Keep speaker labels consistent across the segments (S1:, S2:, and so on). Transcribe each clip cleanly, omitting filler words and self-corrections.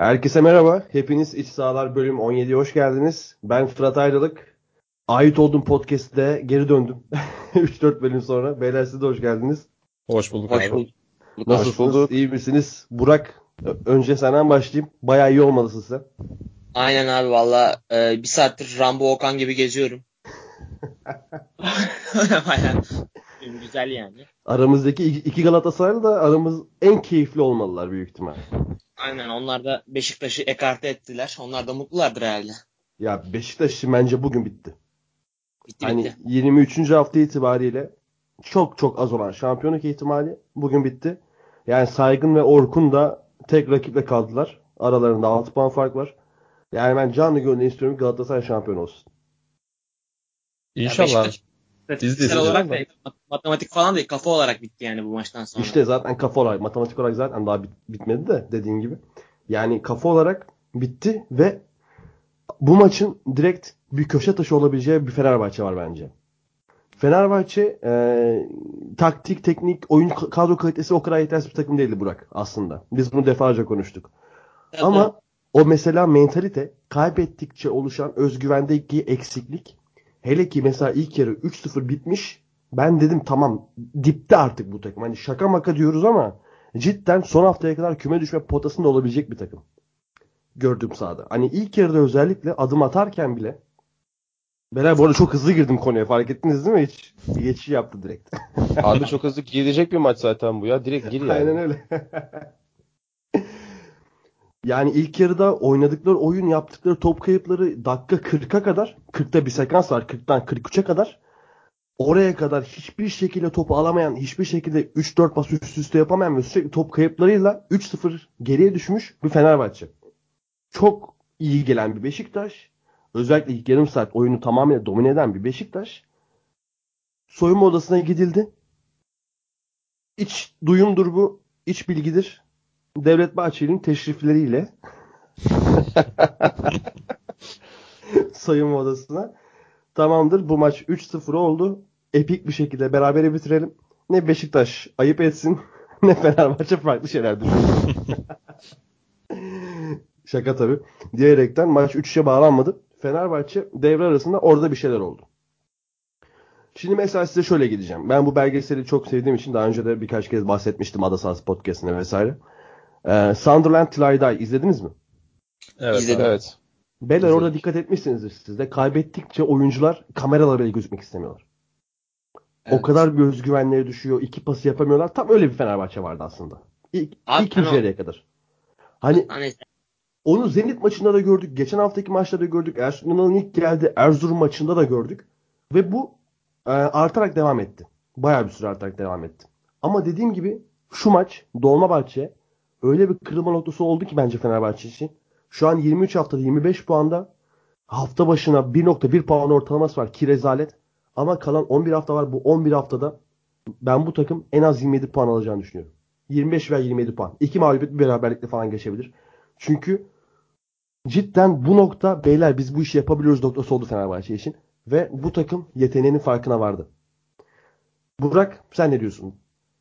S1: Herkese merhaba. Hepiniz İç Sahalar bölüm 17'ye hoş geldiniz. Ben Fırat Ayrılık. Ait olduğum podcast'te geri döndüm. 3-4 bölüm sonra. Beyler siz de hoş geldiniz.
S2: Hoş bulduk
S3: Hoş
S2: abi.
S3: bulduk.
S1: Nasılsınız? İyi misiniz? Burak, önce senden başlayayım. Bayağı iyi olmalısın sen.
S3: Aynen abi valla bir saattir Rambo Okan gibi geziyorum. Bayağı güzel yani.
S1: Aramızdaki iki Galatasaraylı da aramız en keyifli olmalılar büyük ihtimal.
S3: Aynen onlar da Beşiktaş'ı ekarte ettiler. Onlar da mutlulardır herhalde.
S1: Ya Beşiktaş için bence bugün bitti.
S3: Bitti
S1: Hani
S3: bitti.
S1: 23. hafta itibariyle çok az olan şampiyonluk ihtimali bugün bitti. Yani Saygın ve Orkun da tek rakiple kaldılar. Aralarında 6 puan fark var. Yani ben canlı gönülden istiyorum ki Galatasaray şampiyon olsun.
S3: Ya
S2: İnşallah.
S3: Beşiktaş
S2: Biz de
S3: istatistiksel olarak
S2: istiyoruz
S3: da matematik falan değil kafa olarak bitti yani bu maçtan sonra.
S1: İşte zaten kafa olarak, matematik olarak zaten daha bitmedi de dediğin gibi. Yani kafa olarak bitti ve bu maçın direkt bir köşe taşı olabileceği bir Fenerbahçe var bence. Fenerbahçe taktik, teknik, oyun kadro kalitesi o kadar yetersiz bir takım değildi Burak aslında. Biz bunu defalarca konuştuk.
S3: Tabii.
S1: Ama o mesela mentalite kaybettikçe oluşan özgüvendeki eksiklik, hele ki mesela ilk yarı 3-0 bitmiş. Ben dedim tamam dipte artık bu takım. Hani şaka maka diyoruz ama cidden son haftaya kadar küme düşme potasında olabilecek bir takım. Gördüğüm sahada. Hani ilk yarıda özellikle adım atarken bile Beyler bu arada çok hızlı girdim konuya, fark ettiniz değil mi? Hiç bir geçiş yaptı direkt.
S2: Abi çok hızlı girecek bir maç zaten bu ya. Direkt gir yani.
S1: Aynen öyle. Yani ilk yarıda oynadıkları oyun, yaptıkları top kayıpları dakika 40'a kadar, 40'ta bir sekans var, 40'tan 43'e kadar oraya kadar hiçbir şekilde topu alamayan, hiçbir şekilde 3-4 pas üst üste yapamayan ve sürekli top kayıplarıyla 3-0 geriye düşmüş bir Fenerbahçe. Çok iyi gelen bir Beşiktaş. Özellikle ilk yarım saat oyunu tamamen domine eden bir Beşiktaş. Soyunma odasına gidildi. İç duyumdur bu, iç bilgidir. Devlet Bahçeli'nin teşrifleriyle soyunma odasına tamamdır bu maç 3-0 oldu. Epik bir şekilde berabere bitirelim. Ne Beşiktaş ayıp etsin ne Fenerbahçe farklı şeyler düşünsün. Şaka tabii. Diyerekten maç 3'e bağlanmadı. Fenerbahçe devre arasında orada bir şeyler oldu. Şimdi mesela size şöyle gideceğim. Ben bu belgeseli çok sevdiğim için daha önce de birkaç kez bahsetmiştim Ada Sahası Podcast'ine vesaire. Sunderland Till I Die izlediniz mi?
S2: Evet
S3: İzledim.
S2: abi.
S1: Evet. Beyler orada dikkat etmişsinizdir siz de. Kaybettikçe oyuncular kameralara bile gözükmek istemiyorlar. O
S3: Evet.
S1: kadar bir özgüvenleri düşüyor. İki pası yapamıyorlar. Tam öyle bir Fenerbahçe vardı aslında.
S3: Abi ben
S1: İkinci yarıya kadar. Hani
S3: hani
S1: onu Zenit maçında da gördük. Geçen haftaki maçta da gördük. Ersun Yanal'ın ilk geldi Erzurum maçında da gördük. Ve bu artarak devam etti. Bayağı bir süre artarak devam etti. Ama dediğim gibi şu maç Dolmabahçe öyle bir kırılma noktası oldu ki bence Fenerbahçe için. Şu an 23 haftada 25 puanda. Hafta başına 1.1 puan ortalaması var ki rezalet. Ama kalan 11 hafta var. Bu 11 haftada ben bu takım en az 27 puan alacağını düşünüyorum. 25 veya 27 puan. 2 mağlubiyet bir beraberlikle falan geçebilir. Çünkü cidden bu nokta beyler biz bu işi yapabiliyoruz noktası oldu Fenerbahçe için. Ve bu takım yeteneğinin farkına vardı. Burak sen ne diyorsun?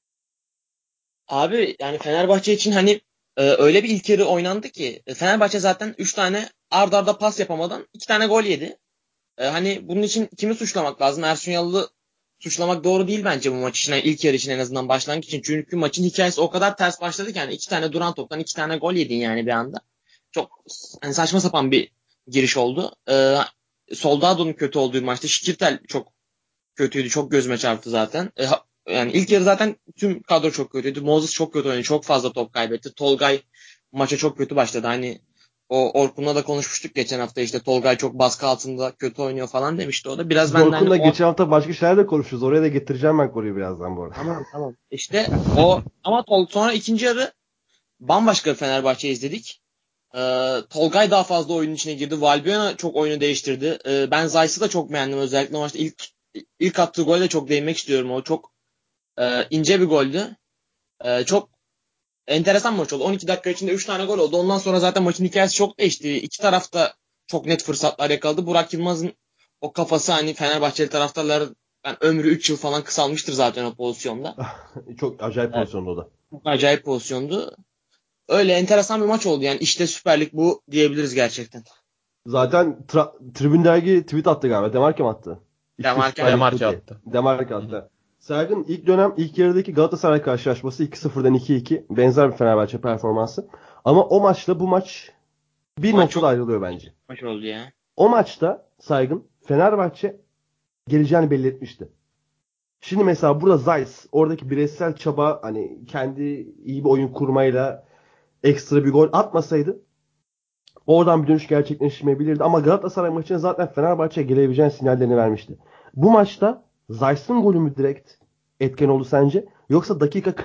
S3: abi yani Fenerbahçe için hani öyle bir ilk yarı oynandı ki Fenerbahçe zaten 3 tane ard arda pas yapamadan 2 tane gol yedi. Hani bunun için kimi suçlamak lazım? Ersun Yanal'ı suçlamak doğru değil bence bu maç için. Yani ilk yarı için en azından başlangıç için. Çünkü maçın hikayesi o kadar ters başladı ki yani 2 tane duran toptan 2 tane gol yedin yani bir anda. Çok hani saçma sapan bir giriş oldu. Soldado'nun kötü olduğu maçta Şikirtel çok kötüydü. Çok gözüme çarptı zaten. Yani ilk yarı zaten tüm kadro çok kötüydü. Moses çok kötü oynadı. Çok fazla top kaybetti. Tolgay maça çok kötü başladı. Hani o Orkun'la da konuşmuştuk geçen hafta işte Tolgay çok baskı altında kötü oynuyor falan demişti o da. Biraz
S1: Biz
S3: ben de hani
S1: Orkun'la
S3: o
S1: geçen hafta başka şeyler de konuşuruz. Oraya da getireceğim ben konuyu birazdan bu arada.
S3: tamam. İşte o ama sonra ikinci yarı bambaşka bir Fenerbahçe izledik. Tolgay daha fazla oyunun içine girdi. Valbuena çok oyunu değiştirdi. Ben Zayt'sı da çok beğendim. Özellikle maçta ilk attığı golde çok değinmek istiyorum. O çok ince bir goldü. Çok enteresan maç oldu. 12 dakika içinde 3 tane gol oldu. Ondan sonra zaten maçın hikayesi çok değişti. İki tarafta çok net fırsatlar yakaladı. Burak Yılmaz'ın o kafası hani Fenerbahçeli taraftarlar ben ömrü 3 yıl falan kısalmıştır zaten o pozisyonda.
S1: Çok acayip
S3: Evet.
S1: pozisyonda o da.
S3: Çok acayip pozisyondu. öyle enteresan bir maç oldu. Yani işte Süper Lig bu diyebiliriz gerçekten.
S1: Zaten Tribün Dergi tweet attı galiba. Demarke mi attı? İşte
S3: Demarke
S1: Süper Lig bu
S2: Demarke
S1: diye.
S2: attı.
S1: Demarke attı. Sergen ilk yarıdaki Galatasaray karşılaşması 2-0'dan 2-2. Benzer bir Fenerbahçe performansı. Ama o maçla bu maç bir
S3: Maç
S1: noktada
S3: çok
S1: ayrılıyor bence.
S3: maç oldu ya.
S1: O maçta Saygın Fenerbahçe geleceğini belli etmişti. Şimdi mesela burada Zeiss oradaki bireysel çaba hani kendi iyi bir oyun kurmayla ekstra bir gol atmasaydı oradan bir dönüş gerçekleşmeyebilirdi. Ama Galatasaray maçına zaten Fenerbahçe gelebileceğini sinyallerini vermişti. Bu maçta Zeiss'in golü mü direkt etken oldu sence? Yoksa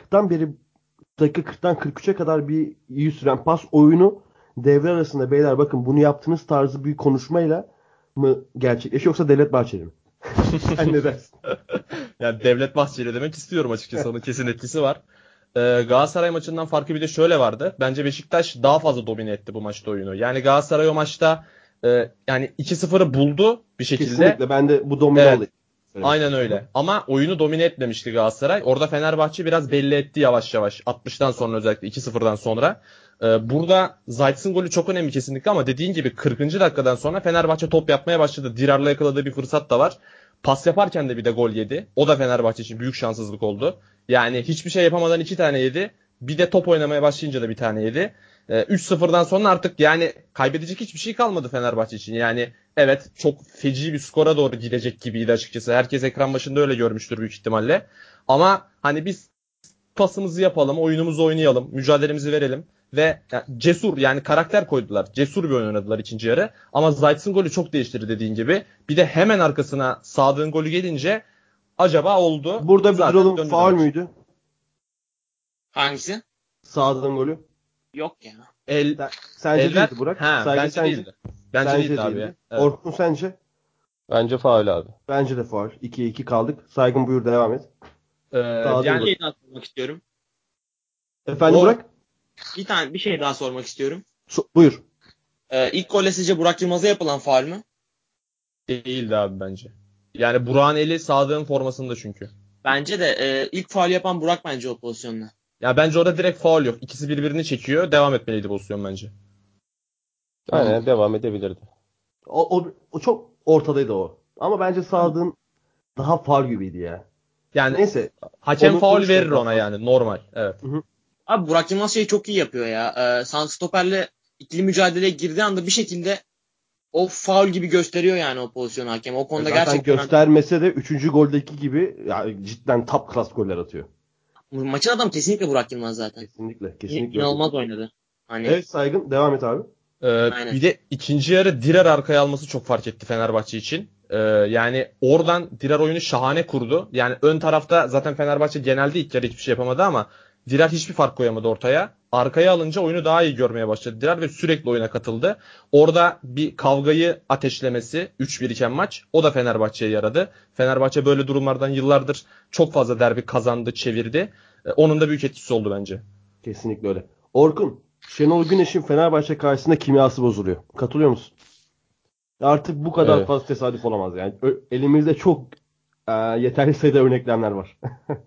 S1: dakika 40'tan 43'e kadar bir iyi süren pas oyunu devre arasında beyler bakın bunu yaptığınız tarzı bir konuşmayla mı gerçekleşiyor yoksa Devlet Bahçeli mi? Sen ne dersin?
S2: Yani Devlet Bahçeli demek istiyorum açıkçası. Onun kesin etkisi var. Galatasaray maçından farkı bir de şöyle vardı. Bence Beşiktaş daha fazla domine etti bu maçta oyunu. Yani Galatasaray o maçta yani 2-0'ı buldu bir şekilde.
S1: Kesinlikle ben de bu domine
S2: Evet.
S1: olayım.
S2: Aynen öyle. Ama oyunu domine etmemişti Galatasaray. Orada Fenerbahçe biraz belli etti yavaş yavaş. 60'tan sonra özellikle 2-0'dan sonra. Burada Zayt'sın golü çok önemli kesinlikle ama dediğin gibi 40. dakikadan sonra Fenerbahçe top yapmaya başladı. Dirar'la yakaladığı bir fırsat da var. Pas yaparken de bir de gol yedi. O da Fenerbahçe için büyük şanssızlık oldu. Yani hiçbir şey yapamadan 2 tane yedi. Bir de top oynamaya başlayınca da bir tane yedi. 3-0'dan sonra artık yani kaybedecek hiçbir şey kalmadı Fenerbahçe için. Yani evet çok feci bir skora doğru gidecek gibiydi açıkçası. Herkes ekran başında öyle görmüştür büyük ihtimalle. Ama hani biz pasımızı yapalım, oyunumuzu oynayalım, mücadelemizi verelim ve yani cesur yani karakter koydular. Cesur bir oyun oynadılar ikinci yarı. Ama Zayt'sın golü çok değiştirdi dediğin gibi. Bir de hemen arkasına Sadık'ın golü gelince acaba oldu.
S1: Burada bir
S2: Zaten
S1: duralım.
S2: döndü
S1: Faul
S2: maç.
S1: müydü?
S3: Hangisi?
S1: Sağdan golü.
S3: Yok ya.
S1: Sence
S2: Eller
S1: değildi Burak.
S2: bence
S1: Sence?
S2: değildi. Bence
S1: Sence
S2: değildi abi ya.
S1: değildi.
S2: Evet.
S1: Orkun sence?
S2: Bence faul abi.
S1: Bence de faul. 2'ye 2 kaldık. Saygın buyur devam et. Sağdan
S3: Bir
S1: gol.
S3: şey daha sormak istiyorum.
S1: Efendim
S3: O
S1: Burak?
S3: bir şey daha sormak istiyorum.
S1: Buyur.
S3: İlk golle sizce Burak Yılmaz'a yapılan faul mü?
S2: Değildi abi bence. Yani Burak'ın eli Sadık'ın formasında çünkü.
S3: Bence de ilk faul yapan Burak bence o pozisyonda.
S2: Ya bence orada direkt faul yok. İkisi birbirini çekiyor. Devam etmeliydi pozisyon bence.
S3: Aynen,
S2: devam edebilirdi.
S1: O çok ortadaydı o. Ama bence Sadık'ın daha faul gibiydi ya.
S2: Yani
S1: Neyse.
S2: hakem
S1: Onu
S2: faul
S1: konuşmayalım
S2: verir
S1: daha
S2: ona
S1: fazla.
S2: yani normal. Evet.
S1: Hı hı.
S3: Abi Burak Yılmaz şeyi çok iyi yapıyor ya. Santrfor'le ikili mücadeleye girdiği anda bir şekilde o faul gibi gösteriyor yani o pozisyonu hakem. O konuda
S1: Zaten
S3: gerçekten
S1: göstermese de 3. goldeki gibi yani cidden top class goller atıyor.
S3: maçın adamı kesinlikle Burak Yılmaz zaten.
S1: Kesinlikle. Kesinlikle öyle.
S3: İnanılmaz oynadı. Hani
S1: Evet Saygın devam et abi.
S3: aynen.
S2: Bir de ikinci yarı Dirar arkaya alması çok fark etti Fenerbahçe için. Yani oradan Dirar oyunu şahane kurdu. Yani ön tarafta zaten Fenerbahçe genelde ilk yarı hiçbir şey yapamadı ama Dirar hiçbir fark koyamadı ortaya. Arkaya alınca oyunu daha iyi görmeye başladı Dirar ve sürekli oyuna katıldı. Orada bir kavgayı ateşlemesi 3-1 iken maç o da Fenerbahçe'ye yaradı. Fenerbahçe böyle durumlardan yıllardır çok fazla derbi kazandı, çevirdi. Onun da büyük etkisi oldu bence.
S1: Kesinlikle öyle. Orkun, Şenol Güneş'in Fenerbahçe karşısında kimyası bozuluyor. Katılıyor musun? Artık bu kadar
S2: Ee,
S1: fazla tesadüf olamaz yani. Elimizde çok yeterli sayıda örneklemler var.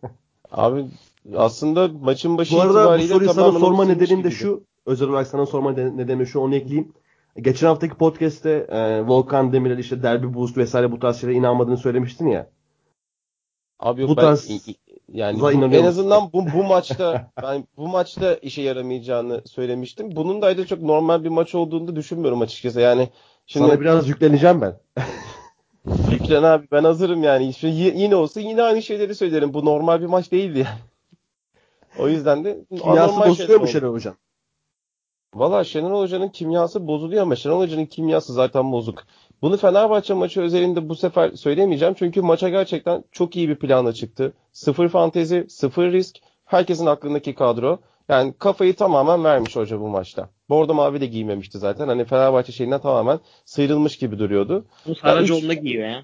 S2: Abi aslında maçın başı
S1: Bu arada bu
S2: itibariyle
S1: soruyu sana
S2: tamamen
S1: sorma
S2: silmiş
S1: nedenim de
S2: gibiydi.
S1: şu. Özel olarak sana sorma nedeni şu, onu ekleyeyim. Geçen haftaki podcast'te Volkan Demirel işte derbi boost vesaire bu tarz şeylere inanmadığını söylemiştin ya.
S2: Abi yok
S1: Bu
S2: ben
S1: tarz
S2: yani
S1: inanıyor
S2: en
S1: musun?
S2: azından bu maçta ben bu maçta işe yaramayacağını söylemiştim. Bunun da ayrıca çok normal bir maç olduğunu da düşünmüyorum açıkçası. Yani
S1: Sana
S2: şimdi
S1: biraz yükleneceğim ben.
S2: yüklen abi ben hazırım yani. Şimdi yine olsa yine aynı şeyleri söylerim. Bu normal bir maç değildi yani. O yüzden de
S1: Kimyası
S2: anormal şeyler
S1: bozuluyor mu
S2: oldu.
S1: Şenol Hocam?
S2: Valla Şenol Hoca'nın kimyası bozuluyor ama Şenol Hoca'nın kimyası zaten bozuk. Bunu Fenerbahçe maçı özelinde bu sefer söyleyemeyeceğim. Çünkü maça gerçekten çok iyi bir planla çıktı. Sıfır fantezi, sıfır risk. Herkesin aklındaki kadro. Yani kafayı tamamen vermiş hoca bu maçta. Bordo mavi de giymemişti zaten. Hani Fenerbahçe şeyinden tamamen sıyrılmış gibi duruyordu.
S3: Bu
S2: Yani 3
S3: Saracoğlu'nda giyiyor ya.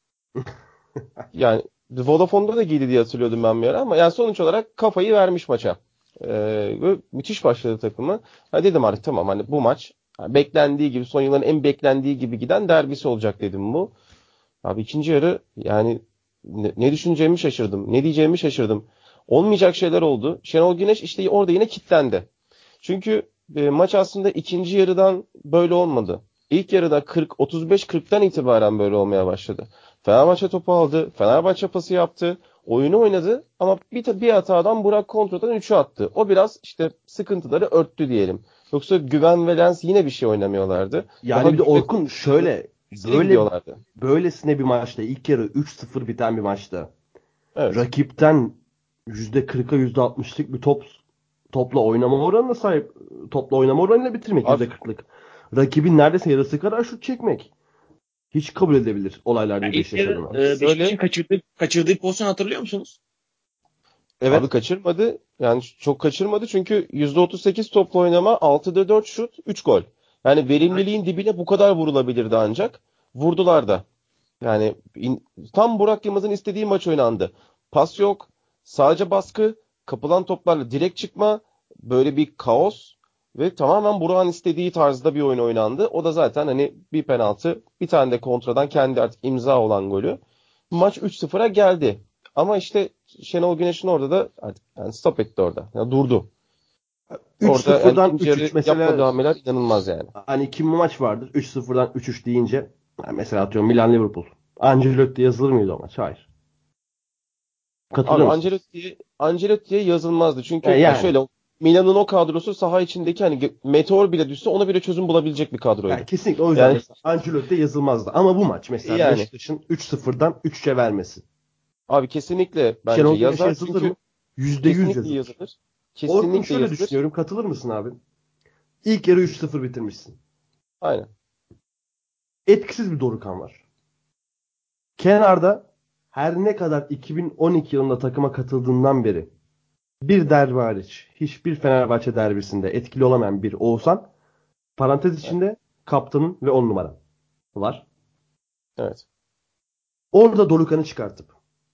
S2: yani Vodafone'da da giydi diye hatırlıyordum ben bir ara ama yani sonuç olarak kafayı vermiş maça. Ve müthiş başladı takımı. Ha dedim artık tamam hani bu maç beklendiği gibi son yılların en beklendiği gibi giden derbisi olacak dedim bu. Abi ikinci yarı yani ne düşüneceğimi şaşırdım. Ne diyeceğimi şaşırdım. Olmayacak şeyler oldu. Şenol Güneş işte orada yine kilitlendi.
S4: Çünkü maç aslında ikinci yarıdan böyle olmadı. İlk yarıda 35-40'tan itibaren böyle olmaya başladı. Fenerbahçe topu aldı. Fenerbahçe pası yaptı. Oyunu oynadı ama bir hatadan Burak kontradan 3'ü attı. O biraz işte sıkıntıları örttü diyelim. Yoksa Güven ve Lens yine bir şey oynamıyorlardı.
S1: Yani
S4: Daha
S1: bir de Orkun şöyle
S4: gidiyorlardı.
S1: böylesine bir maçta ilk yarı 3-0 biten bir maçta
S4: Evet.
S1: rakipten %40'a %60'lık bir topla oynama oranına sahip, topla oynama oranıyla bitirmek
S4: Abi,
S1: %40'lık. Rakibin neredeyse yarısı kadar şut çekmek. Hiç kabul edilebilir olaylar değil
S3: İlk
S1: Beşiktaş
S3: yarı
S1: adına.
S3: Beşiktaş'ın kaçırdığı pozisyon hatırlıyor musunuz?
S1: Evet.
S4: abi kaçırmadı. Yani çok kaçırmadı çünkü %38 topla oynama, 6'da 4 şut, 3 gol. Yani verimliliğin dibine bu kadar vurulabilirdi ancak. Vurdular da. Yani tam Burak Yılmaz'ın istediği maç oynandı. Pas yok, sadece baskı, kapılan toplarla direkt çıkma, böyle bir kaos ve tamamen Burak'ın istediği tarzda bir oyun oynandı. O da zaten hani bir penaltı, bir tane de kontradan kendi artık imza olan golü. Maç 3-0'a geldi. Ama işte Şenol Güneş'in orada da artık yani stop etti orada. Yani durdu. Orada yani
S1: 3-0'dan
S4: ikinci
S1: 3-3
S4: yarı yapmadığı
S1: mesela,
S4: hamleler inanılmaz yani.
S1: hani kim maç vardır 3-0'dan 3-3 deyince, yani mesela atıyorum Milan Liverpool. Ancelotti yazılır mıydı o maç? Hayır.
S4: Abi
S1: Katılıyor musunuz?
S4: Ancelotti'ye yazılmazdı. Çünkü yani
S1: Yani,
S4: şöyle Milan'ın o kadrosu saha içindeki hani meteor bile düşse ona bile çözüm bulabilecek bir
S1: yani
S4: kadroydu.
S1: kesinlikle o yüzden
S4: Yani
S1: mesela Ancelotti yazılmazdı. Ama bu maç mesela
S4: yani
S1: Beşiktaş'ın 3-0'dan 3'e vermesi.
S4: abi kesinlikle bence
S1: Şenol Güneş'e
S4: yazar
S1: yazılır
S4: çünkü
S1: mı? %100
S4: kesinlikle
S1: yazılır.
S4: yazılır.
S1: Orkun
S4: Kesinlikle
S1: şöyle
S4: yazılır.
S1: düşünüyorum. Katılır mısın abi? İlk yarı 3-0 bitirmişsin.
S4: Aynen.
S1: Etkisiz bir Dorukhan var. Kenarda her ne kadar 2012 yılında takıma katıldığından beri bir derbi hariç hiçbir Fenerbahçe derbisinde etkili olamayan bir Oğuzhan, parantez
S4: Evet.
S1: içinde kaptanın ve 10 numaran var.
S4: Evet.
S1: Orada Dorukhan'ı çıkartıp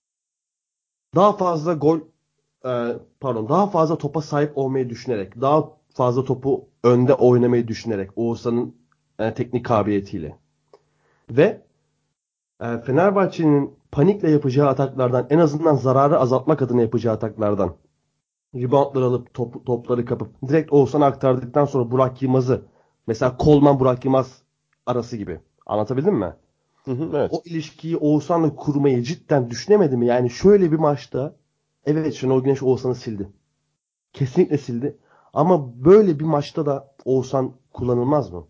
S1: daha fazla gol daha fazla topa sahip olmayı düşünerek, daha fazla topu önde oynamayı düşünerek Oğuzhan'ın teknik kabiliyetiyle ve Fenerbahçe'nin panikle yapacağı ataklardan, en azından zararı azaltmak adına yapacağı ataklardan reboundları alıp topları kapıp direkt Oğuzhan'a aktardıktan sonra Burak Yılmaz'ı, mesela Coleman Burak Yılmaz arası gibi, anlatabildim mi?
S4: Hı hı,
S1: O
S4: evet.
S1: ilişkiyi Oğuzhan'la kurmayı cidden düşünemedi mi? Yani şöyle bir maçta, evet, Şenol Güneş Oğuzhan'ı sildi. Kesinlikle sildi. Ama böyle bir maçta da Oğuzhan kullanılmaz mı?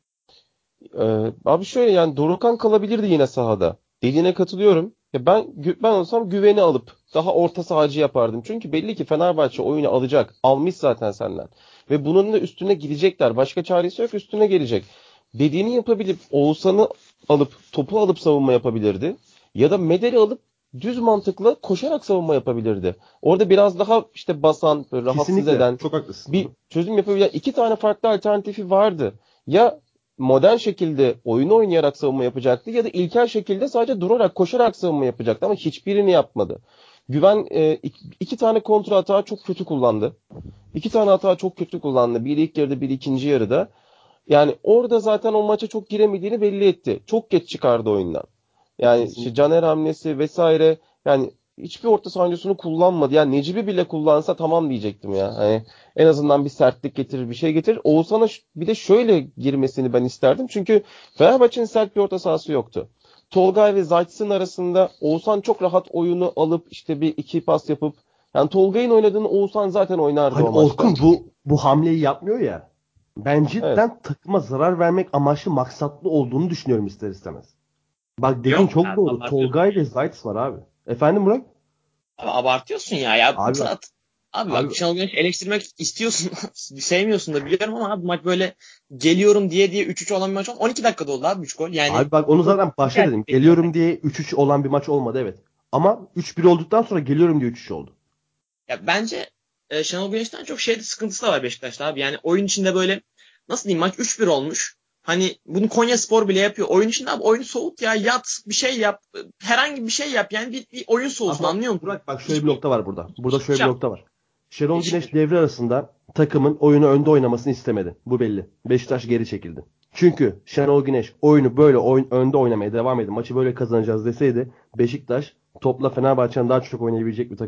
S4: Abi şöyle yani Dorukhan kalabilirdi yine sahada. Dediğine katılıyorum. Ya ben olsam Güven'i alıp daha orta sahacı yapardım. Çünkü belli ki Fenerbahçe oyunu alacak. Almış zaten senden. Ve bunun da üstüne gidecekler. Başka çaresi yok, üstüne gelecek. Dediğini yapabilip Oğuzhan'ı alıp topu alıp savunma yapabilirdi. Ya da Meder'i alıp düz mantıkla koşarak savunma yapabilirdi. Orada biraz daha işte basan, böyle rahatsız
S1: Kesinlikle.
S4: eden
S1: Çok haklısın.
S4: bir çözüm yapabilen iki tane farklı alternatifi vardı. Ya modern şekilde oyunu oynayarak savunma yapacaktı ya da ilkel şekilde sadece durarak, koşarak savunma yapacaktı ama hiçbirini yapmadı. Güven iki tane kontra hata çok kötü kullandı. İki tane hata çok kötü kullandı. Biri ilk yarıda, biri ikinci yarıda. Yani orada zaten o maça çok giremediğini belli etti. Çok geç çıkardı oyundan. Yani işte
S1: Kesinlikle.
S4: Caner hamlesi vesaire, yani hiçbir orta sahancısını kullanmadı. Yani Necip'i bile kullansa tamam diyecektim ya. Hani en azından bir sertlik getirir, bir şey getirir. Oğuzhan'a bir de şöyle girmesini ben isterdim. Çünkü Fenerbahçe'nin sert bir orta sahası yoktu. Tolgay ve Zayt'sın arasında Oğuzhan çok rahat oyunu alıp işte bir iki pas yapıp, yani Tolgay'ın oynadığını Oğuzhan zaten oynardı
S1: Hani
S4: o maçta.
S1: Orkun bu hamleyi yapmıyor ya. Ben
S4: Evet.
S1: cidden takıma zarar vermek amaçlı, maksatlı olduğunu düşünüyorum ister istemez. Bak, dediğin
S3: Yok
S1: çok
S3: abi,
S1: doğru.
S3: abartıyorsun.
S1: Tolgay ve Zayt var abi. Efendim Burak?
S3: Abi abartıyorsun ya. Ya
S1: Abi bak.
S3: abi
S1: Abi,
S3: bak, Şenol Güneş eleştirmek istiyorsun. Sevmiyorsun da biliyorum ama abi, maç böyle geliyorum diye 3-3 olan bir maç oldu. 12 dakikada oldu abi 3 gol. Yani
S1: abi bak, onu
S3: çok
S1: zaten
S3: hızlı
S1: başta dedim.
S3: gerçekleşiyor.
S1: Geliyorum diye 3-3 olan bir maç olmadı, evet. Ama 3-1 olduktan sonra geliyorum diye 3-3 oldu.
S3: Ya bence Şenol Güneş'ten çok şeyde sıkıntısı da var Beşiktaş'ta abi. Yani oyun içinde böyle, nasıl diyeyim, maç 3-1 olmuş. Hani bunu Konyaspor bile yapıyor. Oyun içinde abi oyunu soğut ya. Yat, bir şey yap. Herhangi bir şey yap. Yani bir oyun soğusun,
S1: Ama
S3: anlıyor musun?
S1: Burak, bak, şöyle bir
S3: Hiçbir
S1: nokta var burada. Burada şöyle
S3: şey
S1: bir
S3: yap.
S1: nokta var. Şenol Güneş
S3: Hiçbir.
S1: devre arasında takımın oyunu önde oynamasını istemedi. Bu belli. Beşiktaş geri çekildi. Çünkü Şenol Güneş oyunu böyle önde oynamaya devam edin, maçı böyle kazanacağız deseydi, Beşiktaş topla Fenerbahçe'nin daha çok oynayabilecek bir takım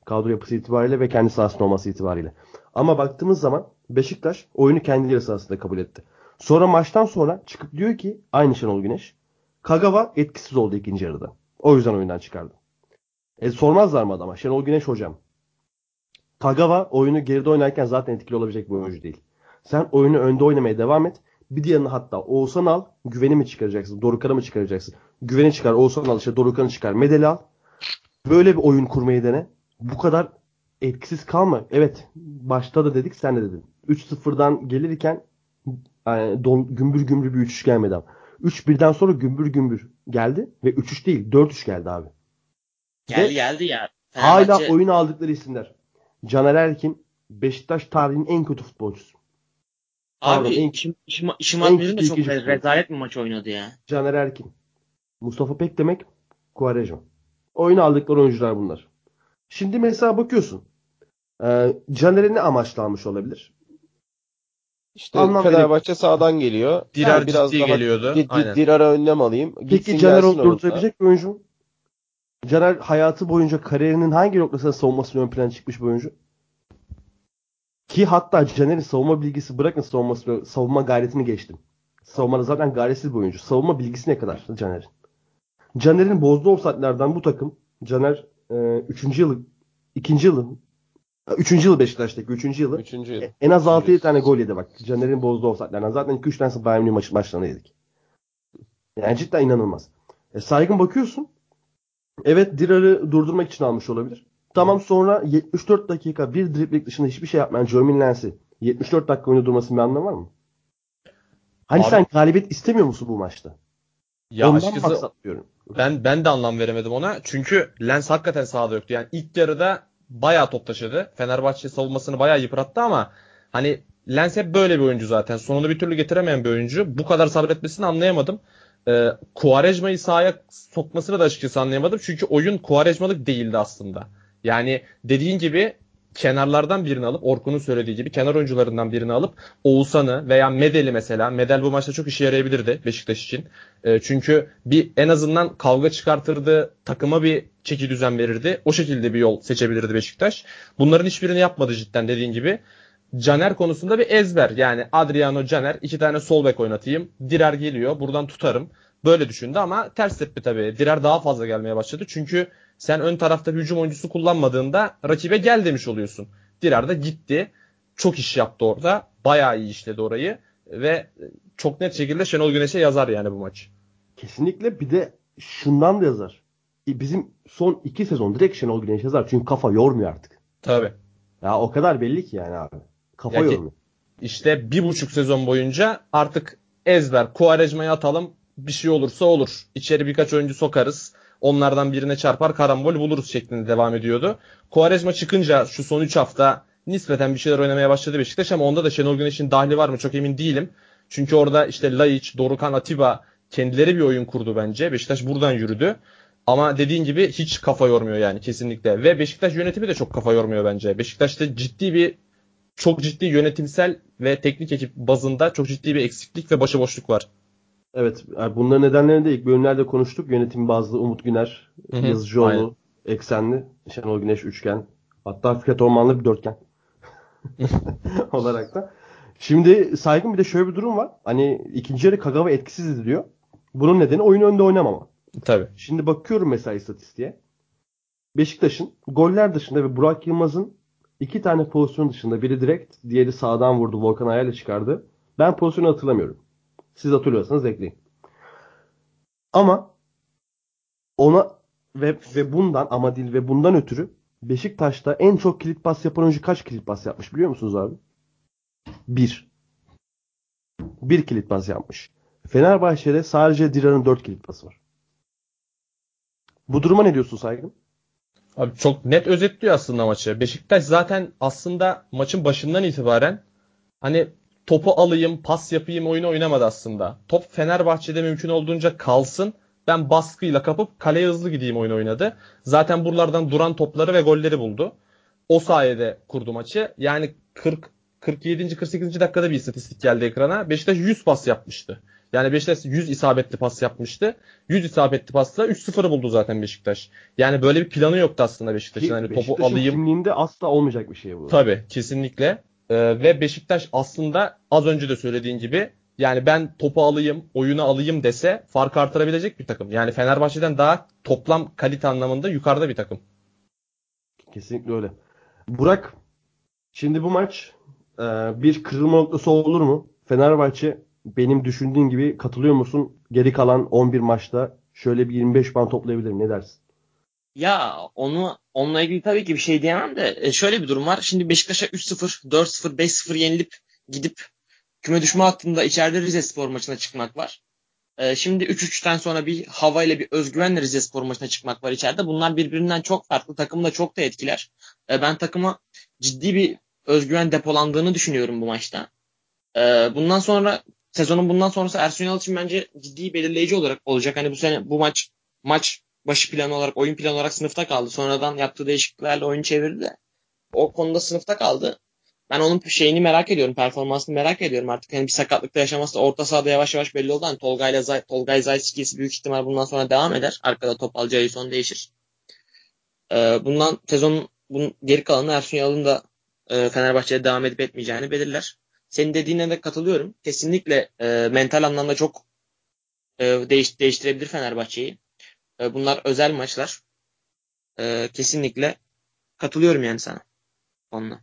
S1: Kadro yapısı itibariyle ve kendi sahasında olması itibariyle. Ama baktığımız zaman Beşiktaş oyunu kendi yarı sahasında kabul etti. Sonra maçtan sonra çıkıp diyor ki aynı Şenol Güneş, Kagawa etkisiz oldu ikinci yarıda. O yüzden oyundan çıkardı. Sormazlar mı adama? Şenol Güneş hocam. Kagawa oyunu geride oynarken zaten etkili olabilecek bir oyuncu değil. Sen oyunu önde oynamaya devam et. Bir diğerini hatta Oğuzhan al. Güven'i mi çıkaracaksın? Dorukhan'ı mı çıkaracaksın? Güven'i çıkar. Oğuzhan al. İşte Dorukhan'ı çıkar. Medeli al. Böyle bir oyun kurmayı dene. Bu kadar etkisiz kalma. Evet. Başta da dedik. Sen de dedin. 3-0'dan gelirken gümbür gümbür bir 3-3 gelmedi abi. 3-1'den sonra gümbür gümbür geldi. Ve 3-3 değil. 4-3 geldi abi.
S3: Geldi ya.
S1: Hala oyun aldıkları isimler. Caner Erkin Beşiktaş tarihinin en kötü futbolcusu.
S3: Abi işim atmıyorum da çok rezalet bir maç oynadı ya.
S1: Caner Erkin. Mustafa Pekdemek, Quaresma. Oyun aldıkları oyuncular bunlar. Şimdi mesela bakıyorsun. Caner'e ne amaçla almış olabilir?
S4: İşte Fenerbahçe sağdan geliyor.
S2: Dirar biraz daha geliyordu.
S4: Dirar'a önlem alayım.
S1: Peki Caner durdurabilecek bir oyuncu mu? Caner hayatı boyunca kariyerinin hangi noktasında savunmasını ön plana çıkmış bir oyuncu? Ki hatta Caner'in savunma bilgisi bırakın savunma gayretini geçtim. Savunmada zaten gayretsiz bir oyuncu. Savunma bilgisi ne kadar Caner'in? Caner'in bozduğu offside'lerden bu takım Caner 3. yılı 2. yılı 3. yıl Beşiktaş'taki 3. yılı en az 6-7 tane gol yedi bak. Caner'in bozduğu offside'lerden. Zaten 2-3 tanesi Bayern Münih maçlarına yedik. Yani cidden inanılmaz. Saygın bakıyorsun. Evet Dirar'ı durdurmak için almış olabilir. Tamam sonra 74 dakika bir dribling dışında hiçbir şey yapmayan Jermaine Lens'i 74 dakika oyunda durmasının bir anlamı var mı? Hani abi, sen galibiyet istemiyor musun bu maçta?
S2: Ya ondan açıkçası ben de anlam veremedim ona. Çünkü Lens hakikaten sahada yoktu. Yani ilk yarıda bayağı top taşıdı. Fenerbahçe savunmasını bayağı yıprattı ama hani Lens hep böyle bir oyuncu zaten. Sonunu bir türlü getiremeyen bir oyuncu. Bu kadar sabretmesini anlayamadım. Quaresma'yı sahaya sokmasını da açıkçası anlayamadım. Çünkü oyun Quaresma'lık değildi aslında. Yani dediğin gibi kenarlardan birini alıp Orkun'un söylediği gibi kenar oyuncularından birini alıp Oğuzhan'ı veya Medel'i mesela. Medel bu maçta çok işe yarayabilirdi Beşiktaş için. Çünkü bir en azından kavga çıkartırdı, takıma bir çeki düzen verirdi. O şekilde bir yol seçebilirdi Beşiktaş. Bunların hiçbirini yapmadı cidden dediğin gibi. Caner konusunda bir ezber. Yani Adriano Caner 2 tane sol bek oynatayım. Dirar geliyor. Buradan tutarım. Böyle düşündü ama ters tepki tabii. Dirar daha fazla gelmeye başladı. Çünkü sen ön tarafta hücum oyuncusu kullanmadığında rakibe gel demiş oluyorsun. Dirar da gitti. Çok iş yaptı orada. Bayağı iyi işledi orayı. Ve çok net şekilde Şenol Güneş'e yazar yani bu maç.
S1: Kesinlikle bir de şundan da yazar. Bizim son 2 sezon direkt Şenol Güneş yazar. Çünkü kafa yormuyor artık.
S2: Tabii.
S1: Ya o kadar belli ki yani abi. Kafa yormuyor.
S2: İşte 1,5 sezon boyunca artık ezber. Quaresma'yı atalım. Bir şey olursa olur. İçeri birkaç oyuncu sokarız. Onlardan birine çarpar karambol buluruz şeklinde devam ediyordu. Quaresma çıkınca şu son 3 hafta nispeten bir şeyler oynamaya başladı Beşiktaş ama onda da Şenol Güneş'in dahli var mı çok emin değilim. Çünkü orada işte Laiç, Dorukhan, Atiba kendileri bir oyun kurdu bence. Beşiktaş buradan yürüdü. Ama dediğin gibi hiç kafa yormuyor yani kesinlikle. Ve Beşiktaş yönetimi de çok kafa yormuyor bence. Beşiktaş'ta çok ciddi yönetimsel ve teknik ekip bazında çok ciddi bir eksiklik ve başıboşluk var.
S1: Evet. Bunların nedenlerini de ilk bölümlerde konuştuk. Yönetim bazlı Umut Güner, Yazıcıoğlu, Eksenli, Şenol Güneş üçgen. Hatta Fikret Ormanlı bir dörtgen. olarak da. Şimdi Saygın bir de şöyle bir durum var. Hani ikinci yarı Kagawa etkisiz ediliyor. Bunun nedeni oyun önde oynamama.
S2: Tabii.
S1: Şimdi bakıyorum mesela istatistiğe. Beşiktaş'ın goller dışında ve Burak Yılmaz'ın 2 tane pozisyon dışında biri direkt, diğeri sağdan vurdu. Volkan Ayar'la çıkardı. Ben pozisyonu hatırlamıyorum. Siz hatırlıyorsanız ekleyin. Ama ona ve bundan ama değil ve bundan ötürü Beşiktaş'ta en çok kilit pas yapan oyuncu kaç kilit pas yapmış biliyor musunuz abi? 1. 1 kilit pas yapmış. Fenerbahçe'de sadece Dirar'ın 4 kilit pası var. Bu duruma ne diyorsun Saygın?
S2: Abi çok net özetliyor aslında maçı. Beşiktaş zaten aslında maçın başından itibaren hani topu alayım, pas yapayım oyunu oynamadı aslında. Top Fenerbahçe'de mümkün olduğunca kalsın. Ben baskıyla kapıp kaleye hızlı gideyim oyunu oynadı. Zaten buralardan duran topları ve golleri buldu. O sayede kurdu maçı. Yani 47. 48. dakikada bir istatistik geldi ekrana. Beşiktaş 100 pas yapmıştı. Yani Beşiktaş 100 isabetli pas yapmıştı. 100 isabetli pasla 3-0'ı buldu zaten Beşiktaş. Yani böyle bir planı yoktu aslında Beşiktaş'ın.
S1: Ki
S2: Hani topu
S1: Beşiktaş'ın
S2: alayım.
S1: kimliğinde asla olmayacak bir şey bu.
S2: Tabii kesinlikle. Ve Beşiktaş aslında az önce de söylediğin gibi yani ben topu alayım, oyunu alayım dese farkı artırabilecek bir takım. Yani Fenerbahçe'den daha toplam kalite anlamında yukarıda bir takım.
S1: Kesinlikle öyle. Burak, şimdi bu maç bir kırılma noktası olur mu? Fenerbahçe benim düşündüğüm gibi katılıyor musun? Geri kalan 11 maçta şöyle bir 25 puan toplayabilir mi? Ne dersin?
S3: Ya onunla ilgili tabii ki bir şey diyemem de şöyle bir durum var. Şimdi Beşiktaş'a 3-0, 4-0, 5-0 yenilip gidip küme düşme hattında içeride Rizespor maçına çıkmak var. Şimdi 3-3'ten sonra bir havayla bir özgüvenle Rizespor maçına çıkmak var içeride. Bunlar birbirinden çok farklı. Takımı da çok da etkiler. Ben takıma ciddi bir özgüven depolandığını düşünüyorum bu maçta. Bundan sonra sezonun bundan sonrası Ersun Yanal için bence ciddi belirleyici olarak olacak. Hani bu sene bu maç başı planı olarak, oyun planı olarak sınıfta kaldı. Sonradan yaptığı değişikliklerle oyunu çevirdi de. O konuda sınıfta kaldı. Ben onun şeyini merak ediyorum. Performansını merak ediyorum artık. Hani bir sakatlıkta yaşaması da orta sahada yavaş yavaş belli oldu. Hani Tolgay Zayt büyük ihtimal bundan sonra devam eder. Arkada top alacağı son değişir. Bundan sezonun geri kalanı Ersun Yanal'ın da Fenerbahçe'ye devam edip etmeyeceğini belirler. Senin dediğine de katılıyorum. Kesinlikle mental anlamda çok değiştirebilir Fenerbahçe'yi. Bunlar özel maçlar. Kesinlikle katılıyorum yani sana onunla.